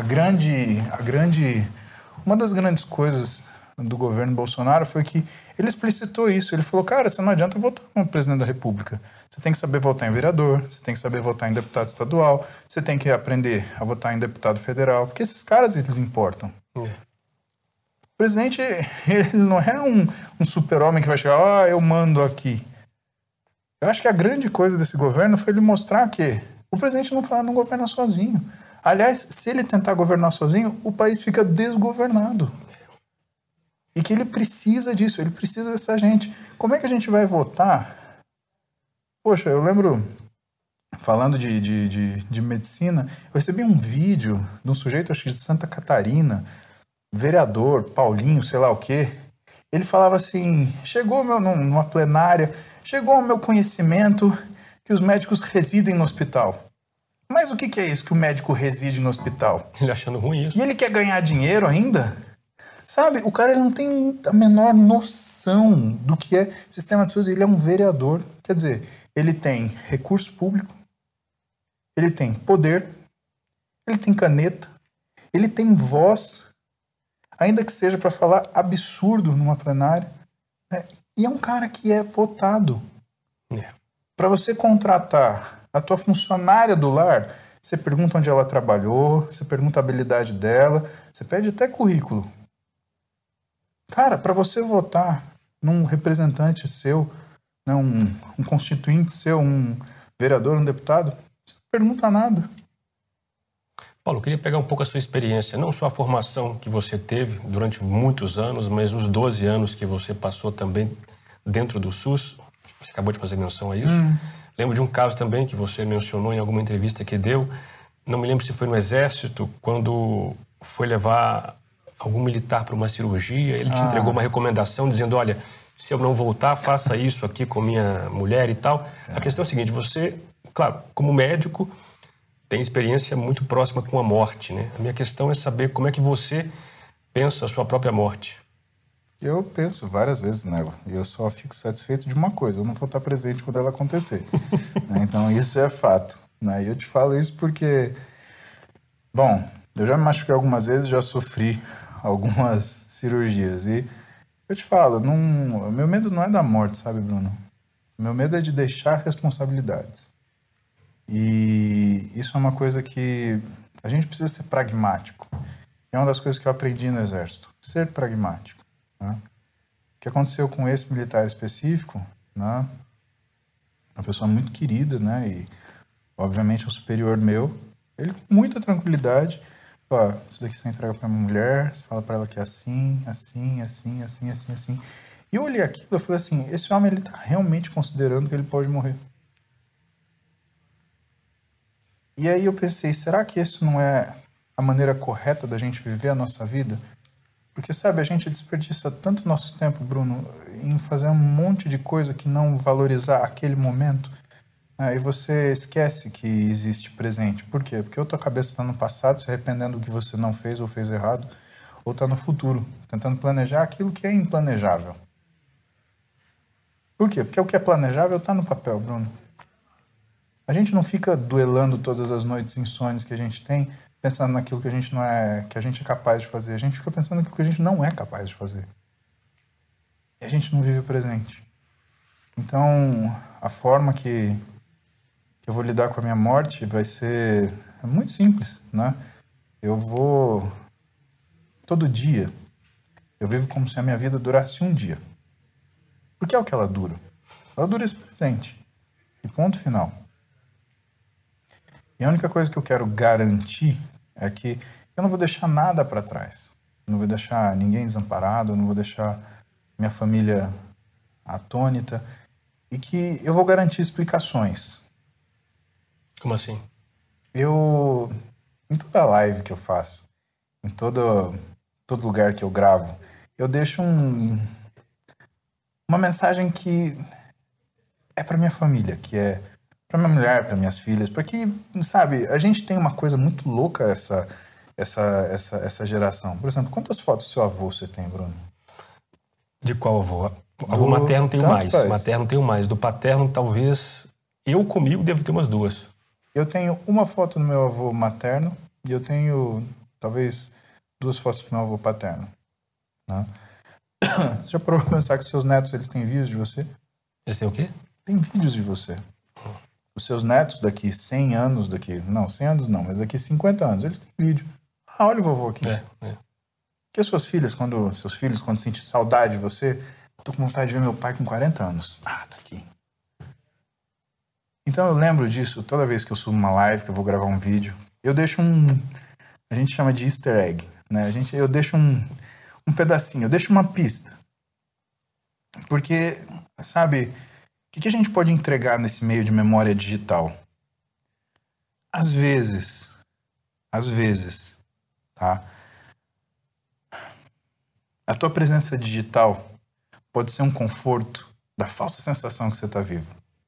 uma das grandes coisas do governo Bolsonaro foi que ele explicitou isso. Ele falou, cara, você não adianta votar no presidente da República. Você tem que saber votar em vereador, você tem que saber votar em deputado estadual, você tem que aprender a votar em deputado federal, porque esses caras, eles importam. O presidente, ele não é um super-homem que vai chegar, eu mando aqui. Eu acho que a grande coisa desse governo foi ele mostrar que o presidente não governa sozinho. Aliás, se ele tentar governar sozinho, o país fica desgovernado. E que ele precisa disso, ele precisa dessa gente. Como é que a gente vai votar? Poxa, eu lembro, falando de medicina, eu recebi um vídeo de um sujeito, acho que de Santa Catarina, vereador, Paulinho, sei lá o quê. Ele falava assim, numa plenária, chegou ao meu conhecimento que os médicos residem no hospital. Mas o que é isso, que o médico reside no hospital? Ele achando ruim isso. E ele quer ganhar dinheiro ainda? Sabe, o cara ele não tem a menor noção do que é sistema de saúde. Ele é um vereador. Quer dizer, ele tem recurso público, ele tem poder, ele tem caneta, ele tem voz, ainda que seja para falar absurdo numa plenária, né? E é um cara que é votado. Para você contratar a tua funcionária do lar, você pergunta onde ela trabalhou, você pergunta a habilidade dela, você pede até currículo. Cara, para você votar num representante seu, né, um constituinte seu, um vereador, um deputado, você não pergunta nada. Paulo, eu queria pegar um pouco a sua experiência, não só a formação que você teve durante muitos anos, mas os 12 anos que você passou também dentro do SUS. Você acabou de fazer menção a isso. Lembro de um caso também que você mencionou em alguma entrevista que deu. Não me lembro se foi no Exército, quando foi levar algum militar para uma cirurgia. Ele te entregou uma recomendação dizendo, olha, se eu não voltar, faça isso aqui com minha mulher e tal. A questão é a seguinte, você, claro, como médico, tem experiência muito próxima com a morte, né? A minha questão é saber como é que você pensa a sua própria morte. Eu penso várias vezes nela. E eu só fico satisfeito de uma coisa, eu não vou estar presente quando ela acontecer. Então isso é fato. E eu te falo isso porque, bom, eu já me machuquei algumas vezes, já sofri algumas cirurgias. E eu te falo, meu medo não é da morte, sabe, Bruno? Meu medo é de deixar responsabilidades. E isso é uma coisa que a gente precisa ser pragmático. É uma das coisas que eu aprendi no Exército, ser pragmático. Né? O que aconteceu com esse militar específico, né? Uma pessoa muito querida, né? E obviamente um superior meu, ele com muita tranquilidade, ó, isso daqui você entrega para minha mulher, você fala para ela que é assim, assim, assim, assim, assim, assim. E eu olhei aquilo e falei assim, esse homem ele tá realmente considerando que ele pode morrer. E aí eu pensei, será que isso não é a maneira correta da gente viver a nossa vida? Porque, sabe, a gente desperdiça tanto nosso tempo, Bruno, em fazer um monte de coisa que não valorizar aquele momento. E você esquece que existe presente. Por quê? Porque ou tua cabeça está no passado, se arrependendo do que você não fez ou fez errado, ou está no futuro, tentando planejar aquilo que é implanejável. Por quê? Porque o que é planejável está no papel, Bruno. A gente não fica duelando todas as noites insônias que a gente tem, pensando naquilo que a gente não é, que a gente é capaz de fazer. A gente fica pensando naquilo que a gente não é capaz de fazer. E a gente não vive o presente. Então, a forma que eu vou lidar com a minha morte vai ser muito simples, né? Eu vou todo dia. Eu vivo como se a minha vida durasse um dia. Porque é o que ela dura. Ela dura esse presente. E ponto final. E a única coisa que eu quero garantir é que eu não vou deixar nada para trás. Eu não vou deixar ninguém desamparado, eu não vou deixar minha família atônita. E que eu vou garantir explicações. Como assim? Em toda live que eu faço, em todo lugar que eu gravo, eu deixo uma mensagem que é para minha família, que é para minha mulher, para minhas filhas, porque, sabe, a gente tem uma coisa muito louca essa geração. Por exemplo, quantas fotos do seu avô você tem, Bruno? De qual avô? Avô materno tenho mais. Faz. Materno tenho mais. Do paterno, talvez, eu comigo devo ter umas 2. Eu tenho uma foto do meu avô materno e eu tenho, talvez, 2 fotos do meu avô paterno. Né? Você já parou pra pensar que seus netos, eles têm vídeos de você? Eles têm o quê? Tem vídeos de você. Os seus netos daqui 100 anos, não, 100 anos não, mas daqui 50 anos, eles têm vídeo. Ah, olha o vovô aqui. Que as seus filhos, quando sentem saudade de você, tô com vontade de ver meu pai com 40 anos. Ah, tá aqui. Então eu lembro disso toda vez que eu subo uma live, que eu vou gravar um vídeo. Eu deixo a gente chama de easter egg, né? Eu deixo um pedacinho, eu deixo uma pista. Porque, sabe, o que a gente pode entregar nesse meio de memória digital? Às vezes, tá? A tua presença digital pode ser um conforto da falsa sensação que você está vivo.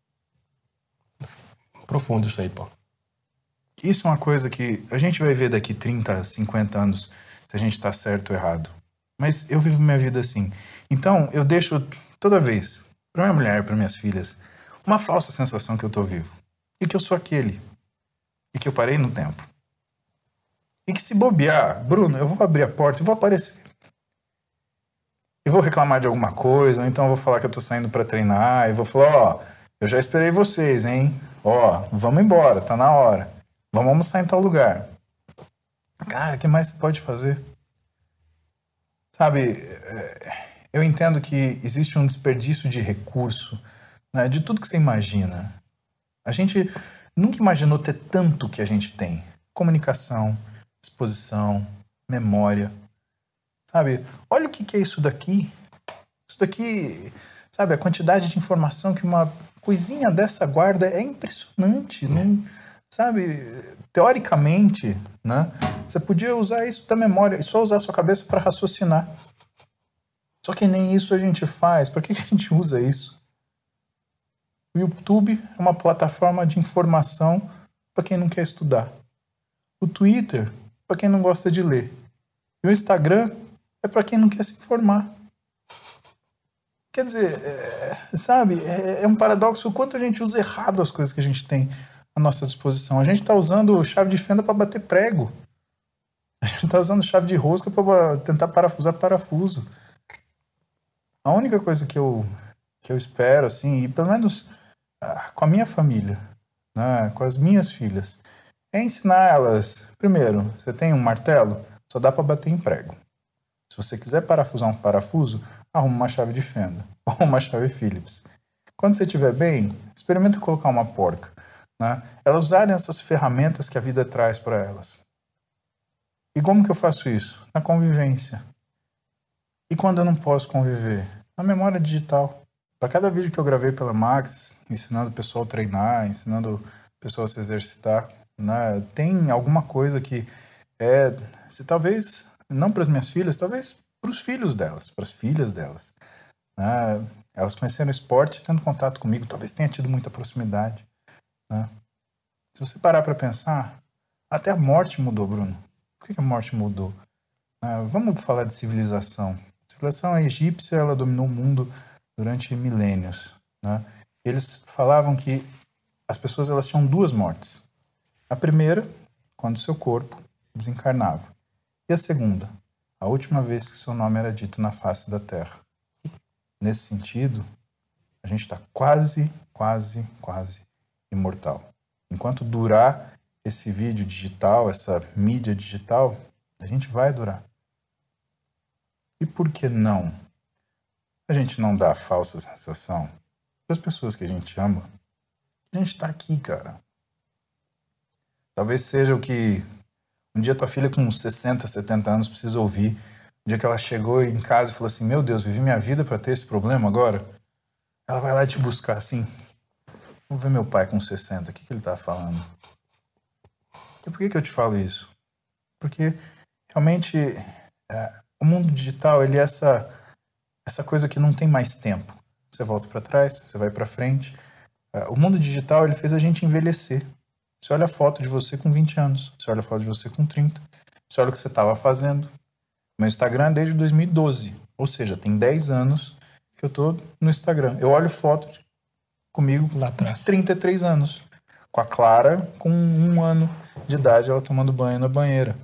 Profundo isso aí, Paulo. Isso é uma coisa que a gente vai ver daqui 30, 50 anos se a gente está certo ou errado. Mas eu vivo minha vida assim. Então, eu deixo toda vez, para minha mulher, para minhas filhas, uma falsa sensação que eu estou vivo. E que eu sou aquele. E que eu parei no tempo. E que se bobear, Bruno, eu vou abrir a porta e vou aparecer. E vou reclamar de alguma coisa, ou então eu vou falar que eu tô saindo para treinar, e vou falar, ó, eu já esperei vocês, hein? Ó, vamos embora, tá na hora. Vamos almoçar em tal lugar. Cara, o que mais você pode fazer? Sabe, Eu entendo que existe um desperdício de recurso, né, de tudo que você imagina. A gente nunca imaginou ter tanto que a gente tem. Comunicação, exposição, memória. Sabe, olha o que é isso daqui. Isso daqui, sabe, a quantidade de informação que uma coisinha dessa guarda é impressionante. Não, sabe, teoricamente, né, você podia usar isso da memória e só usar a sua cabeça para raciocinar. Só que nem isso a gente faz. Por que a gente usa isso? O YouTube é uma plataforma de informação para quem não quer estudar. O Twitter, para quem não gosta de ler. E o Instagram é para quem não quer se informar. Quer dizer, sabe, é um paradoxo o quanto a gente usa errado as coisas que a gente tem à nossa disposição. A gente está usando chave de fenda para bater prego. A gente está usando chave de rosca para tentar parafusar parafuso. A única coisa que eu espero, assim, e pelo menos com a minha família, né, com as minhas filhas, é ensinar elas, primeiro, você tem um martelo, só dá para bater em prego. Se você quiser parafusar um parafuso, arruma uma chave de fenda ou uma chave Phillips. Quando você estiver bem, experimenta colocar uma porca, né? Elas usarem essas ferramentas que a vida traz para elas. E como que eu faço isso? Na convivência. E quando eu não posso conviver? Na memória digital. Para cada vídeo que eu gravei pela Max, ensinando o pessoal a treinar, ensinando o pessoal a se exercitar, né, tem alguma coisa que se talvez, não para as minhas filhas, talvez para os filhos delas, para as filhas delas. Né, elas conheceram o esporte, tendo contato comigo, talvez tenha tido muita proximidade. Né. Se você parar para pensar, até a morte mudou, Bruno. Por que a morte mudou? Vamos falar de civilização. A civilização egípcia, ela dominou o mundo durante milênios. Né? Eles falavam que as pessoas elas tinham duas mortes. A primeira, quando seu corpo desencarnava. E a segunda, a última vez que seu nome era dito na face da Terra. Nesse sentido, a gente está quase imortal. Enquanto durar esse vídeo digital, essa mídia digital, a gente vai durar. E por que não? A gente não dá a falsa sensação para as pessoas que a gente ama. A gente está aqui, cara. Talvez seja o que um dia tua filha com 60, 70 anos precisa ouvir. Um dia que ela chegou em casa e falou assim, meu Deus, vivi minha vida para ter esse problema agora? Ela vai lá te buscar assim. Vou ver meu pai com 60, o que ele tá falando? E por que eu te falo isso? Porque realmente o mundo digital, ele é essa coisa que não tem mais tempo. Você volta para trás, você vai para frente. O mundo digital, ele fez a gente envelhecer. Você olha a foto de você com 20 anos, você olha a foto de você com 30, você olha o que você estava fazendo. Meu Instagram é desde 2012, ou seja, tem 10 anos que eu tô no Instagram. Eu olho foto comigo lá atrás, 33 anos, com a Clara com 1 ano de idade, ela tomando banho na banheira.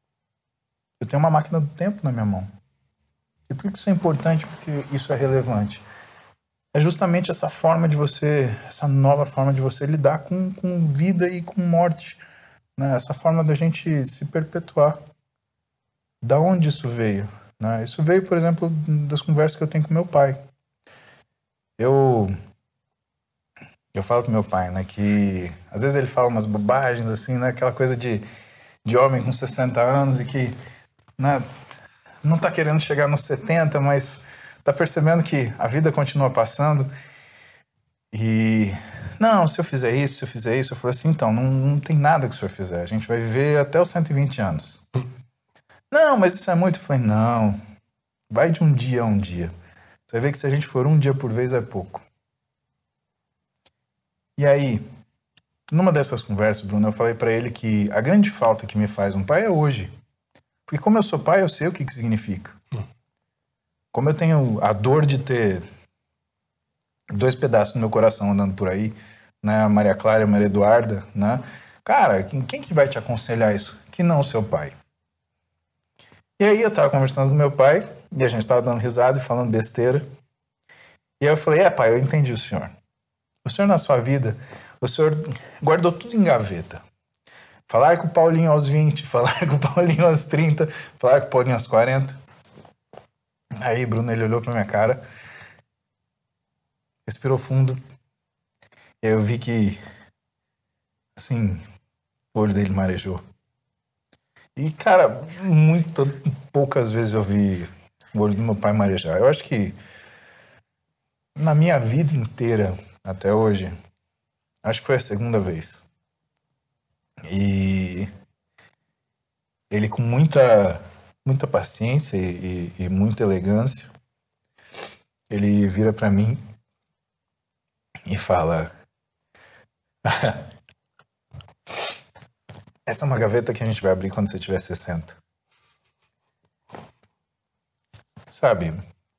Eu tenho uma máquina do tempo na minha mão. E por que isso é importante? Porque isso é relevante. É justamente essa forma de você, essa nova forma de você lidar com vida e com morte. Né? Essa forma da gente se perpetuar. Da onde isso veio? Né? Isso veio, por exemplo, das conversas que eu tenho com meu pai. Eu falo com meu pai, né, que às vezes ele fala umas bobagens, assim, né, aquela coisa de homem com 60 anos e que, né, não tá querendo chegar nos 70, mas tá percebendo que a vida continua passando. E, não, se eu fizer isso, eu falei assim, então, não tem nada que o senhor fizer, a gente vai viver até os 120 anos. Não, mas isso é muito. Eu falei, não, vai de um dia a um dia. Você vai ver que se a gente for um dia por vez é pouco. E aí, numa dessas conversas, Bruno, eu falei pra ele que a grande falta que me faz um pai é hoje. Porque como eu sou pai, eu sei o que significa. Como eu tenho a dor de ter 2 pedaços no meu coração andando por aí, né, a Maria Clara e a Maria Eduarda, né? Cara, quem que vai te aconselhar isso? Que não o seu pai. E aí eu tava conversando com meu pai, e a gente tava dando risada e falando besteira. E aí eu falei, pai, eu entendi o senhor. O senhor na sua vida, o senhor guardou tudo em gaveta. Falar com o Paulinho aos 20, falar com o Paulinho aos 30, falar com o Paulinho aos 40. Aí, Bruno, ele olhou pra minha cara, respirou fundo, e aí eu vi que, assim, o olho dele marejou. E, cara, muito poucas vezes eu vi o olho do meu pai marejar. Eu acho que na minha vida inteira, até hoje, acho que foi a segunda vez. E ele com muita paciência e muita elegância, ele vira pra mim e fala: essa é uma gaveta que a gente vai abrir quando você tiver 60. Sabe?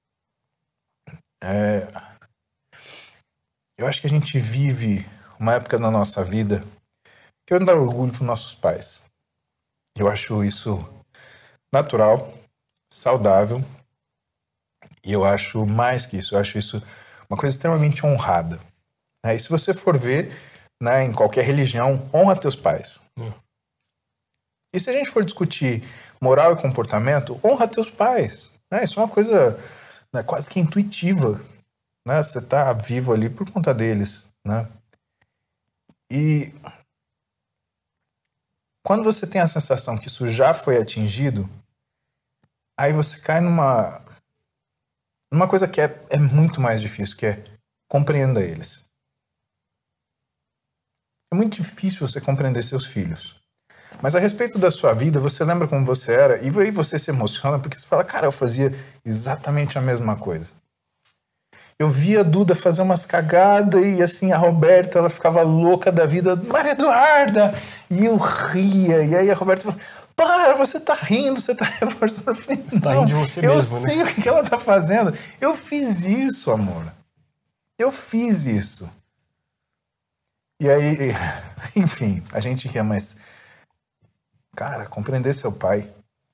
Eu acho que a gente vive uma época da nossa vida querendo dar orgulho para nossos pais. Eu acho isso natural, saudável, e eu acho mais que isso, eu acho isso uma coisa extremamente honrada. E se você for ver, né, em qualquer religião, honra teus pais. E se a gente for discutir moral e comportamento, honra teus pais. Isso é uma coisa, né, quase que intuitiva. Né? Você está vivo ali por conta deles. Né? E quando você tem a sensação que isso já foi atingido, aí você cai numa coisa que é muito mais difícil, que é compreenda eles. É muito difícil você compreender seus filhos. Mas a respeito da sua vida, você lembra como você era, e aí você se emociona porque você fala, cara, eu fazia exatamente a mesma coisa. Eu via a Duda fazer umas cagadas e assim, a Roberta, ela ficava louca da vida, Maria Eduarda! E eu ria, e aí a Roberta falava, para, você tá rindo, você tá reforçando. Eu falei, não, tá rindo de você eu mesmo, sei né? o que ela tá fazendo. Eu fiz isso, amor. Eu fiz isso. E aí, enfim, a gente ria, mas... Cara, compreender seu pai.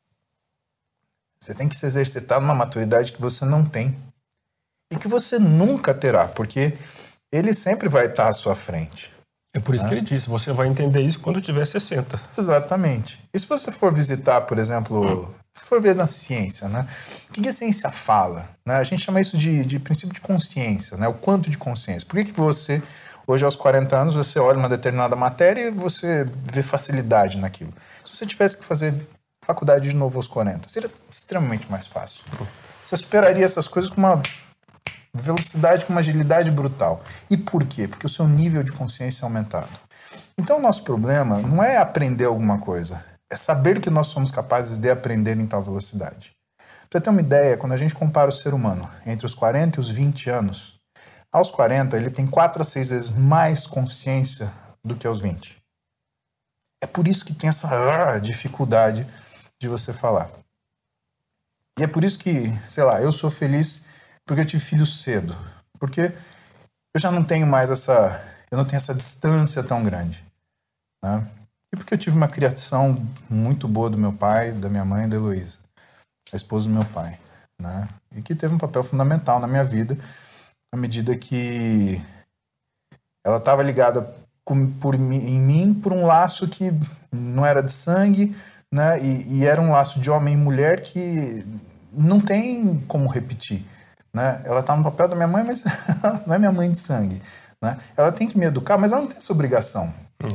Você tem que se exercitar numa maturidade que você não tem. E que você nunca terá, porque ele sempre vai estar à sua frente. É por isso que ele disse, você vai entender isso quando tiver 60. Exatamente. E se você for visitar, por exemplo, se for ver na ciência, né? O que a ciência fala? Né? A gente chama isso de princípio de consciência, né? O quanto de consciência. Por que você, hoje aos 40 anos, você olha uma determinada matéria e você vê facilidade naquilo? Se você tivesse que fazer faculdade de novo aos 40, seria extremamente mais fácil. Você superaria essas coisas com uma velocidade, com uma agilidade brutal. E por quê? Porque o seu nível de consciência é aumentado. Então o nosso problema não é aprender alguma coisa, é saber que nós somos capazes de aprender em tal velocidade. Pra você ter uma ideia, quando a gente compara o ser humano entre os 40 e os 20 anos, aos 40 ele tem 4 a 6 vezes mais consciência do que aos 20. É por isso que tem essa dificuldade de você falar. E é por isso que, sei lá, eu sou feliz porque eu tive filhos cedo. Porque eu já não tenho mais eu não tenho essa distância tão grande. Né? E porque eu tive uma criação muito boa do meu pai, da minha mãe e da Heloísa, a esposa do meu pai. Né? E que teve um papel fundamental na minha vida, à medida que ela estava ligada em mim por um laço que não era de sangue, né? E era um laço de homem e mulher que não tem como repetir. Né? Ela está no papel da minha mãe, mas não é minha mãe de sangue. Né? Ela tem que me educar, mas ela não tem essa obrigação.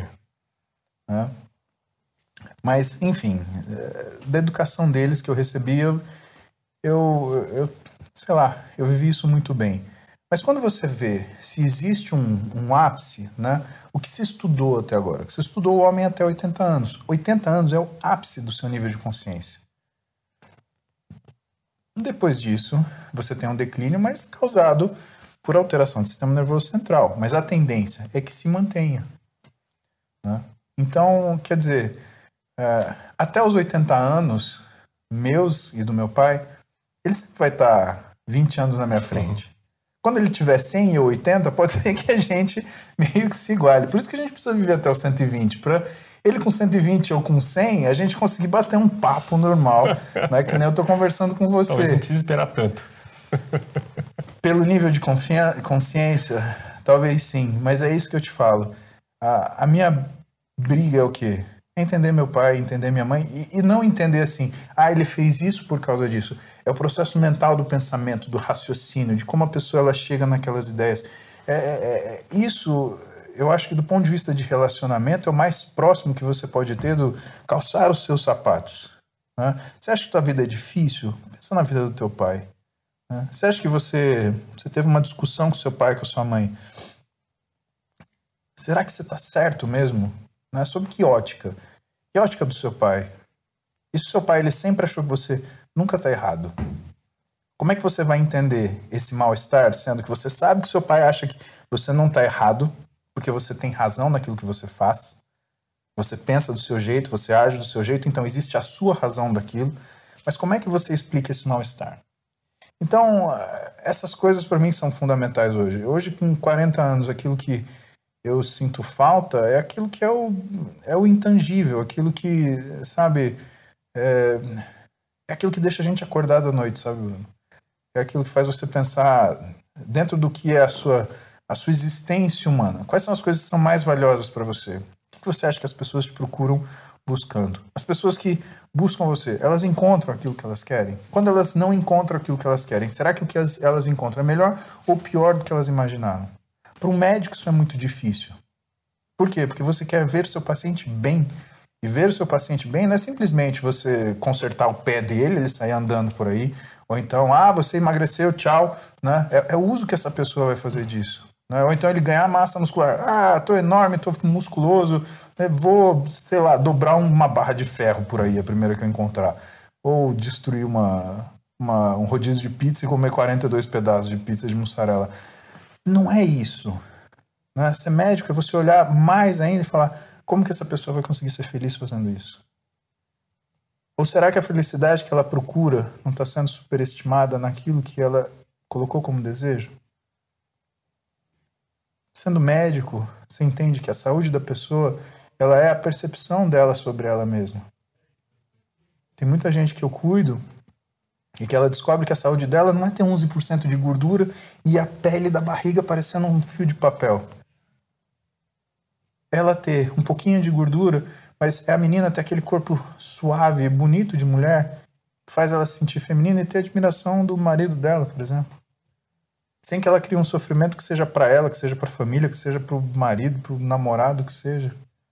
Né? Mas, enfim, da educação deles que eu recebi, eu sei lá, eu vivi isso muito bem. Mas quando você vê se existe um ápice, né? O que se estudou até agora? Que se estudou o homem até 80 anos. 80 anos é o ápice do seu nível de consciência. Depois disso, você tem um declínio, mas causado por alteração do sistema nervoso central. Mas a tendência é que se mantenha. Né? Então, quer dizer, até os 80 anos, meus e do meu pai, ele sempre vai estar 20 anos na minha frente. Quando ele tiver 100 ou 80, pode ser que a gente meio que se iguale. Por isso que a gente precisa viver até os 120, para ele com 120 ou com 100, a gente conseguir bater um papo normal, né? Que nem eu tô conversando com você. Talvez não precise esperar tanto. Pelo nível de consciência, talvez sim, mas é isso que eu te falo. A minha briga é o quê? É entender meu pai, entender minha mãe e não entender assim, ele fez isso por causa disso. É o processo mental do pensamento, do raciocínio, de como a pessoa ela chega naquelas ideias. Isso, eu acho que do ponto de vista de relacionamento, é o mais próximo que você pode ter do calçar os seus sapatos. Né? Você acha que tua vida é difícil? Pensa na vida do teu pai. Né? Você acha que você teve uma discussão com seu pai, com sua mãe? Será que você está certo mesmo? Né? Sob que ótica? Que ótica do seu pai? E se o seu pai ele sempre achou que você nunca está errado? Como é que você vai entender esse mal-estar, sendo que você sabe que seu pai acha que você não está errado, porque você tem razão naquilo que você faz, você pensa do seu jeito, você age do seu jeito, então existe a sua razão daquilo, mas como é que você explica esse mal-estar? Então, essas coisas para mim são fundamentais hoje. Hoje, com 40 anos, aquilo que eu sinto falta é aquilo que é o intangível, aquilo que, sabe, é aquilo que deixa a gente acordado à noite, sabe, Bruno? É aquilo que faz você pensar dentro do que é a sua existência humana. Quais são as coisas que são mais valiosas para você? O que você acha que as pessoas te procuram buscando? As pessoas que buscam você, elas encontram aquilo que elas querem? Quando elas não encontram aquilo que elas querem, será que o que elas encontram é melhor ou pior do que elas imaginaram? Para um médico isso é muito difícil. Por quê? Porque você quer ver seu paciente bem. E ver o seu paciente bem não é simplesmente você consertar o pé dele, ele sair andando por aí, ou então, você emagreceu, tchau, né? É o uso que essa pessoa vai fazer disso. Né? Ou então ele ganhar massa muscular. Tô enorme, tô musculoso, vou, sei lá, dobrar uma barra de ferro por aí, a primeira que eu encontrar. Ou destruir um rodízio de pizza e comer 42 pedaços de pizza de mussarela. Não é isso. Né? Ser médico é você olhar mais ainda e falar como que essa pessoa vai conseguir ser feliz fazendo isso? Ou será que a felicidade que ela procura não está sendo superestimada naquilo que ela colocou como desejo? Sendo médico, você entende que a saúde da pessoa ela é a percepção dela sobre ela mesma. Tem muita gente que eu cuido e que ela descobre que a saúde dela não é ter 11% de gordura e a pele da barriga parecendo um fio de papel. Ela ter um pouquinho de gordura, mas é a menina ter aquele corpo suave e bonito de mulher que faz ela se sentir feminina e ter admiração do marido dela, por exemplo. Sem que ela crie um sofrimento que seja para ela, que seja para a família, que seja para o marido, para o namorado, que seja.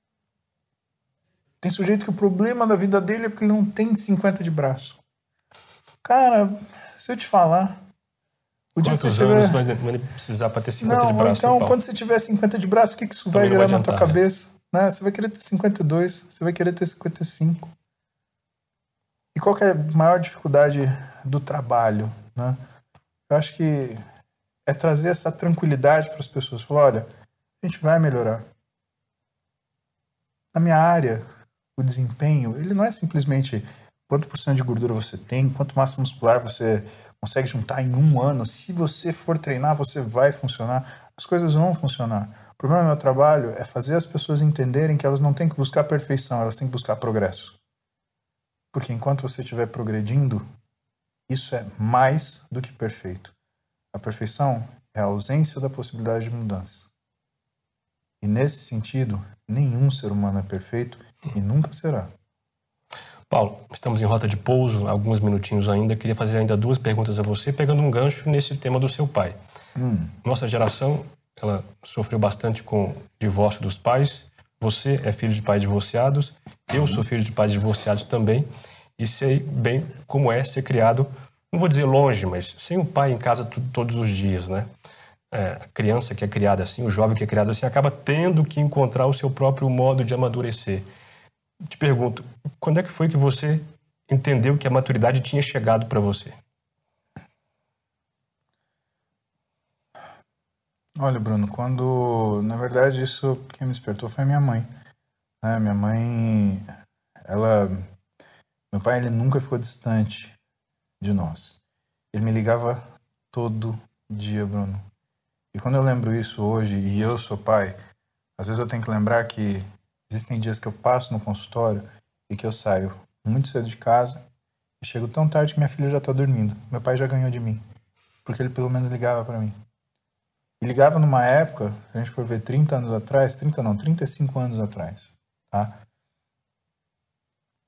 Tem sujeito que o problema da vida dele é porque ele não tem 50 de braço. Cara, se eu te falar... Quantos anos vai precisar para ter 50 de braço? Então, quando você tiver 50 de braço, o que isso vai virar na tua cabeça? Né? Você vai querer ter 52, você vai querer ter 55. E qual que é a maior dificuldade do trabalho? Né? Eu acho que é trazer essa tranquilidade para as pessoas. Falar, olha, a gente vai melhorar. Na minha área, o desempenho, ele não é simplesmente quanto por cento de gordura você tem, quanto massa muscular você consegue juntar em um ano. Se você for treinar, você vai funcionar. As coisas vão funcionar. O problema do meu trabalho é fazer as pessoas entenderem que elas não têm que buscar perfeição, elas têm que buscar progresso. Porque enquanto você estiver progredindo, isso é mais do que perfeito. A perfeição é a ausência da possibilidade de mudança. E nesse sentido, nenhum ser humano é perfeito e nunca será. Paulo, estamos em rota de pouso, alguns minutinhos ainda. Queria fazer ainda 2 perguntas a você, pegando um gancho nesse tema do seu pai. Nossa geração, ela sofreu bastante com o divórcio dos pais. Você é filho de pais divorciados, eu sou filho de pais divorciados também, e sei bem como é ser criado, não vou dizer longe, mas sem o pai em casa todos os dias, né? A criança que é criada assim, o jovem que é criado assim, acaba tendo que encontrar o seu próprio modo de amadurecer. Te pergunto, quando é que foi que você entendeu que a maturidade tinha chegado para você? Olha, Bruno, na verdade, isso quem me despertou foi minha mãe. Minha mãe, meu pai, ele nunca ficou distante de nós. Ele me ligava todo dia, Bruno. E quando eu lembro isso hoje, e eu sou pai, às vezes eu tenho que lembrar que existem dias que eu passo no consultório e que eu saio muito cedo de casa e chego tão tarde que minha filha já está dormindo. Meu pai já ganhou de mim, porque ele pelo menos ligava para mim. E ligava numa época, se a gente for ver 30 anos atrás, 35 anos atrás, tá?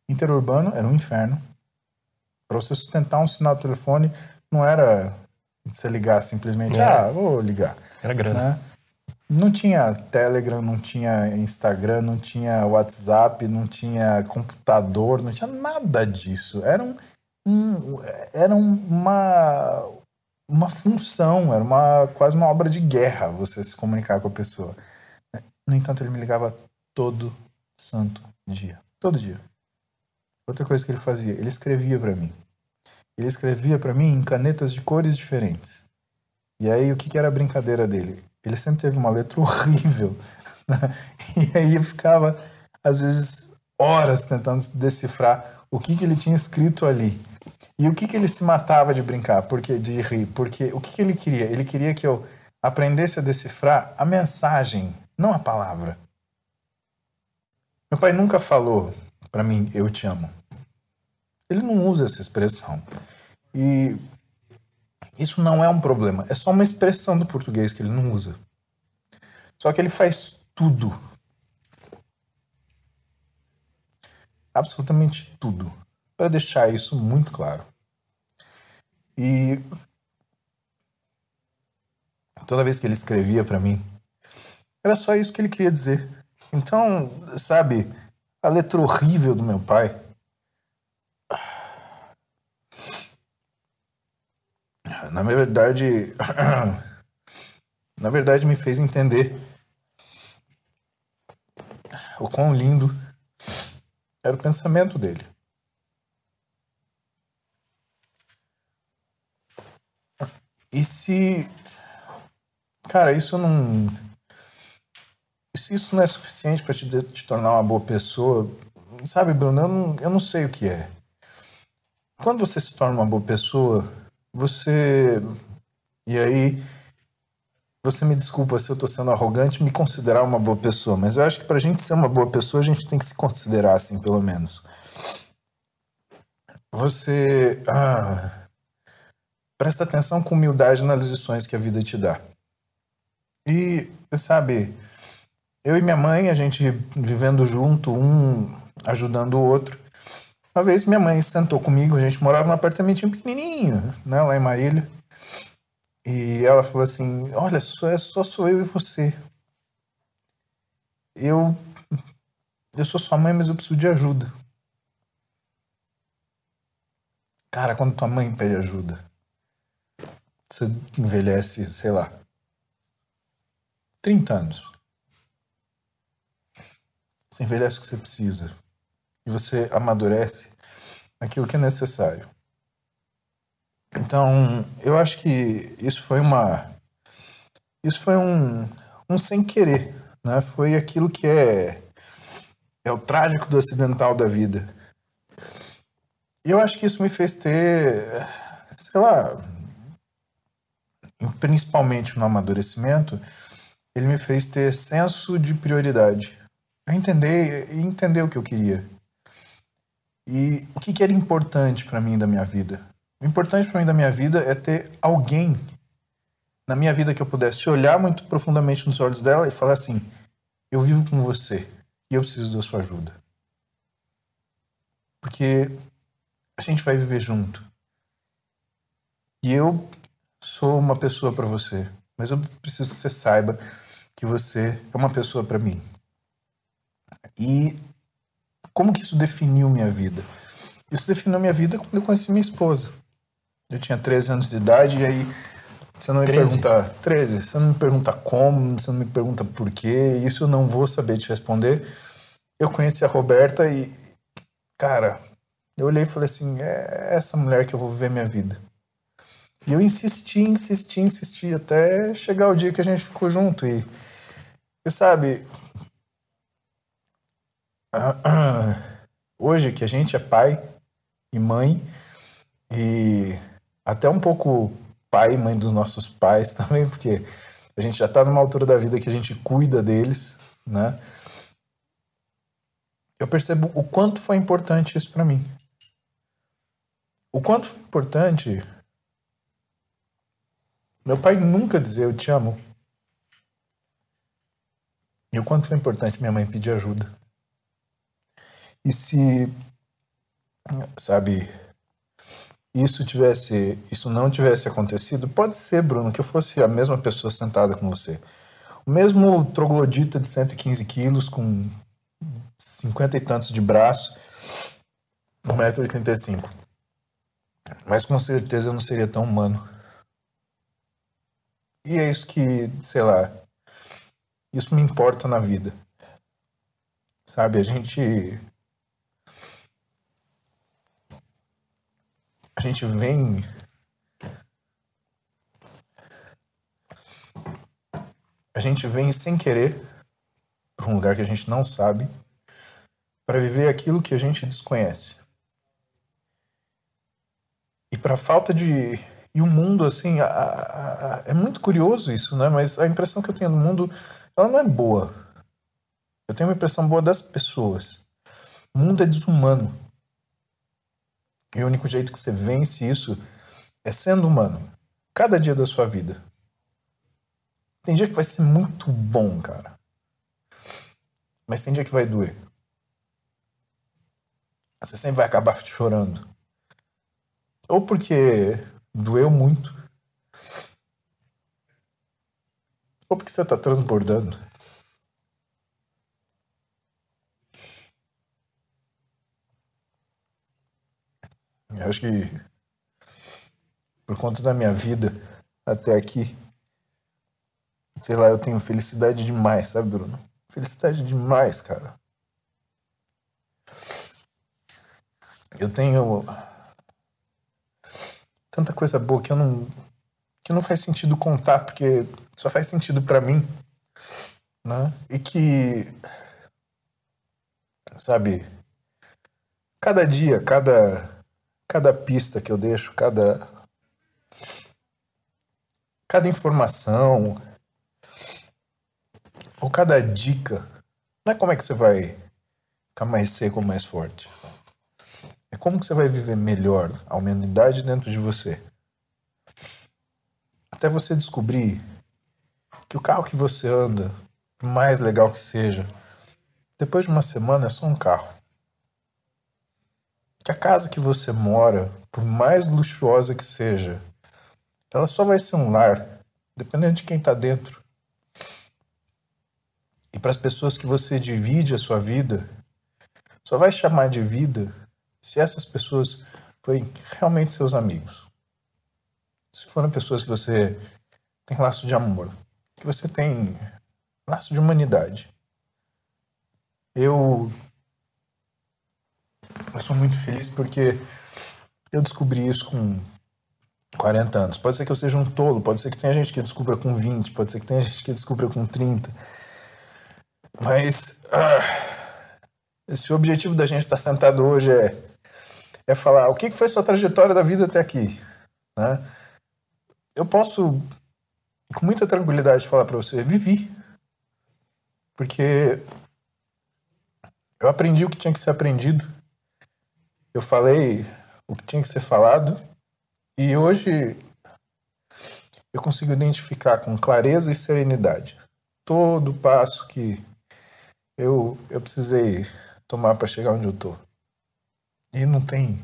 Interurbano era um inferno. Para você sustentar um sinal de telefone, não era você ligar simplesmente, vou ligar. Era grana. Né? Não tinha Telegram, não tinha Instagram, não tinha WhatsApp, não tinha computador, não tinha nada disso. Era uma função, era quase uma obra de guerra você se comunicar com a pessoa. No entanto, ele me ligava todo santo dia. Todo dia. Outra coisa que ele fazia, ele escrevia para mim. Ele escrevia para mim em canetas de cores diferentes. E aí, o que era a brincadeira dele? Ele sempre teve uma letra horrível. Né? E aí eu ficava, às vezes, horas tentando decifrar o que ele tinha escrito ali. E o que ele se matava de brincar, de rir. Porque o que ele queria? Ele queria que eu aprendesse a decifrar a mensagem, não a palavra. Meu pai nunca falou para mim, eu te amo. Ele não usa essa expressão. E isso não é um problema. É só uma expressão do português que ele não usa. Só que ele faz tudo. Absolutamente tudo. Para deixar isso muito claro. E toda vez que ele escrevia para mim, era só isso que ele queria dizer. Então, sabe, a letra horrível do meu pai, na verdade me fez entender o quão lindo era o pensamento dele. E se... Cara, se isso não é suficiente para te tornar uma boa pessoa, sabe, Bruno, eu não sei o que é. Quando você se torna uma boa pessoa, e aí, você me desculpa se eu tô sendo arrogante me considerar uma boa pessoa, mas eu acho que pra gente ser uma boa pessoa, a gente tem que se considerar assim, pelo menos. Você presta atenção com humildade nas lições que a vida te dá. E, sabe, eu e minha mãe, a gente vivendo junto, um ajudando o outro. Uma vez minha mãe sentou comigo, a gente morava num apartamentinho pequenininho, né, lá em Marília. E ela falou assim, olha, só sou eu e você. Eu sou sua mãe, mas eu preciso de ajuda. Cara, quando tua mãe pede ajuda, você envelhece, sei lá, 30 anos. Você envelhece o que você precisa. E você amadurece aquilo que é necessário. Então, eu acho que isso foi um sem querer, né? Foi aquilo que é o trágico do acidental da vida. E eu acho que isso me fez ter, sei lá, principalmente no amadurecimento, ele me fez ter senso de prioridade. Entender o que eu queria. E o que era importante para mim da minha vida. O importante para mim da minha vida é ter alguém na minha vida que eu pudesse olhar muito profundamente nos olhos dela e falar assim, eu vivo com você e eu preciso da sua ajuda. Porque a gente vai viver junto. E eu sou uma pessoa para você, mas eu preciso que você saiba que você é uma pessoa para mim. E como que isso definiu minha vida? Isso definiu minha vida quando eu conheci minha esposa. Eu tinha 13 anos de idade e aí você não me 13. pergunta... 13. Você não me pergunta como, você não me pergunta por quê, isso eu não vou saber te responder. Eu conheci a Roberta e, cara, eu olhei e falei assim, é essa mulher que eu vou viver minha vida. E eu insisti até chegar o dia que a gente ficou junto. E sabe, hoje que a gente é pai e mãe, e até um pouco pai e mãe dos nossos pais também, porque a gente já está numa altura da vida que a gente cuida deles, né? Eu percebo o quanto foi importante isso para mim. O quanto foi importante meu pai nunca dizer eu te amo. E o quanto foi importante minha mãe pedir ajuda. E se sabe, isso não tivesse acontecido, pode ser, Bruno, que eu fosse a mesma pessoa sentada com você. O mesmo troglodita de 115 quilos, com 50 e tantos de braço, 1,85 m. Mas com certeza eu não seria tão humano. E é isso que, sei lá, isso me importa na vida. Sabe, a gente vem sem querer para um lugar que a gente não sabe, para viver aquilo que a gente desconhece. E para falta de... E o mundo, assim, é muito curioso isso, né? Mas a impressão que eu tenho do mundo, ela não é boa. Eu tenho uma impressão boa das pessoas. O mundo é desumano. E o único jeito que você vence isso é sendo humano. Cada dia da sua vida. Tem dia que vai ser muito bom, cara. Mas tem dia que vai doer. Você sempre vai acabar chorando. Ou porque doeu muito. Ou porque você tá transbordando. Eu acho que por conta da minha vida até aqui, sei lá, eu tenho felicidade demais, sabe, Bruno? Felicidade demais, cara. Eu tenho tanta coisa boa que não faz sentido contar, porque só faz sentido pra mim, né? E que, sabe, cada dia, cada pista que eu deixo, cada informação ou cada dica, não é como é que você vai ficar mais seco ou mais forte. É como que você vai viver melhor a humanidade dentro de você. Até você descobrir que o carro que você anda, por mais legal que seja, depois de uma semana é só um carro. Que a casa que você mora, por mais luxuosa que seja, ela só vai ser um lar, dependendo de quem está dentro. E para as pessoas que você divide a sua vida, só vai chamar de vida se essas pessoas forem realmente seus amigos. Se forem pessoas que você tem laço de amor, que você tem laço de humanidade. Eu sou muito feliz porque eu descobri isso com 40 anos. Pode ser que eu seja um tolo, pode ser que tenha gente que descubra com 20, pode ser que tenha gente que descubra com 30. Mas se o objetivo da gente estar sentado hoje é falar o que foi sua trajetória da vida até aqui, né? Eu posso, com muita tranquilidade, falar para você, vivi. Porque eu aprendi o que tinha que ser aprendido. Eu falei o que tinha que ser falado. E hoje eu consigo identificar com clareza e serenidade todo passo que eu precisei tomar para chegar onde eu tô. E não tem,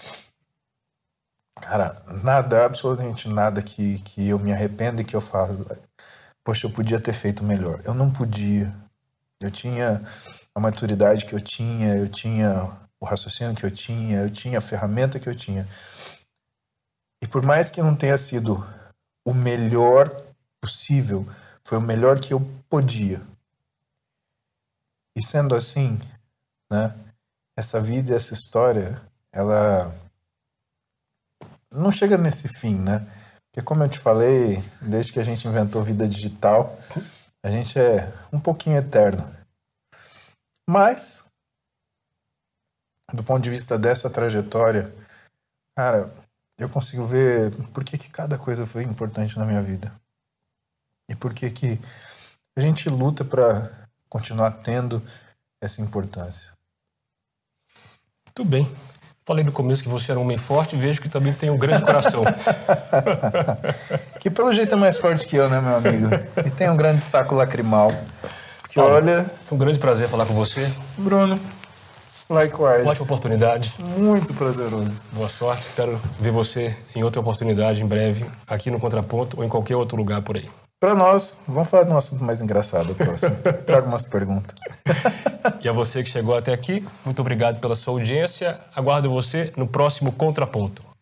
cara, nada, absolutamente nada que eu me arrependa e que eu falo, poxa, eu podia ter feito melhor. Eu não podia. Eu tinha a maturidade que eu tinha o raciocínio que eu tinha a ferramenta que eu tinha. E por mais que não tenha sido o melhor possível, foi o melhor que eu podia. E sendo assim, né, essa vida e essa história, ela não chega nesse fim, né? Porque como eu te falei, desde que a gente inventou vida digital, a gente é um pouquinho eterno. Mas, do ponto de vista dessa trajetória, cara, eu consigo ver por que cada coisa foi importante na minha vida. E por que a gente luta para continuar tendo essa importância. Muito bem. Falei no começo que você era um homem forte e vejo que também tem um grande coração. Que pelo jeito é mais forte que eu, né, meu amigo? E tem um grande saco lacrimal. Que Paulo, olha... Foi um grande prazer falar com você. Bruno, Likewise. Ótima oportunidade. Muito prazeroso. Boa sorte. Espero ver você em outra oportunidade em breve, aqui no Contraponto ou em qualquer outro lugar por aí. Para nós, vamos falar de um assunto mais engraçado próximo. Trago umas perguntas. E a você que chegou até aqui, muito obrigado pela sua audiência. Aguardo você no próximo Contraponto.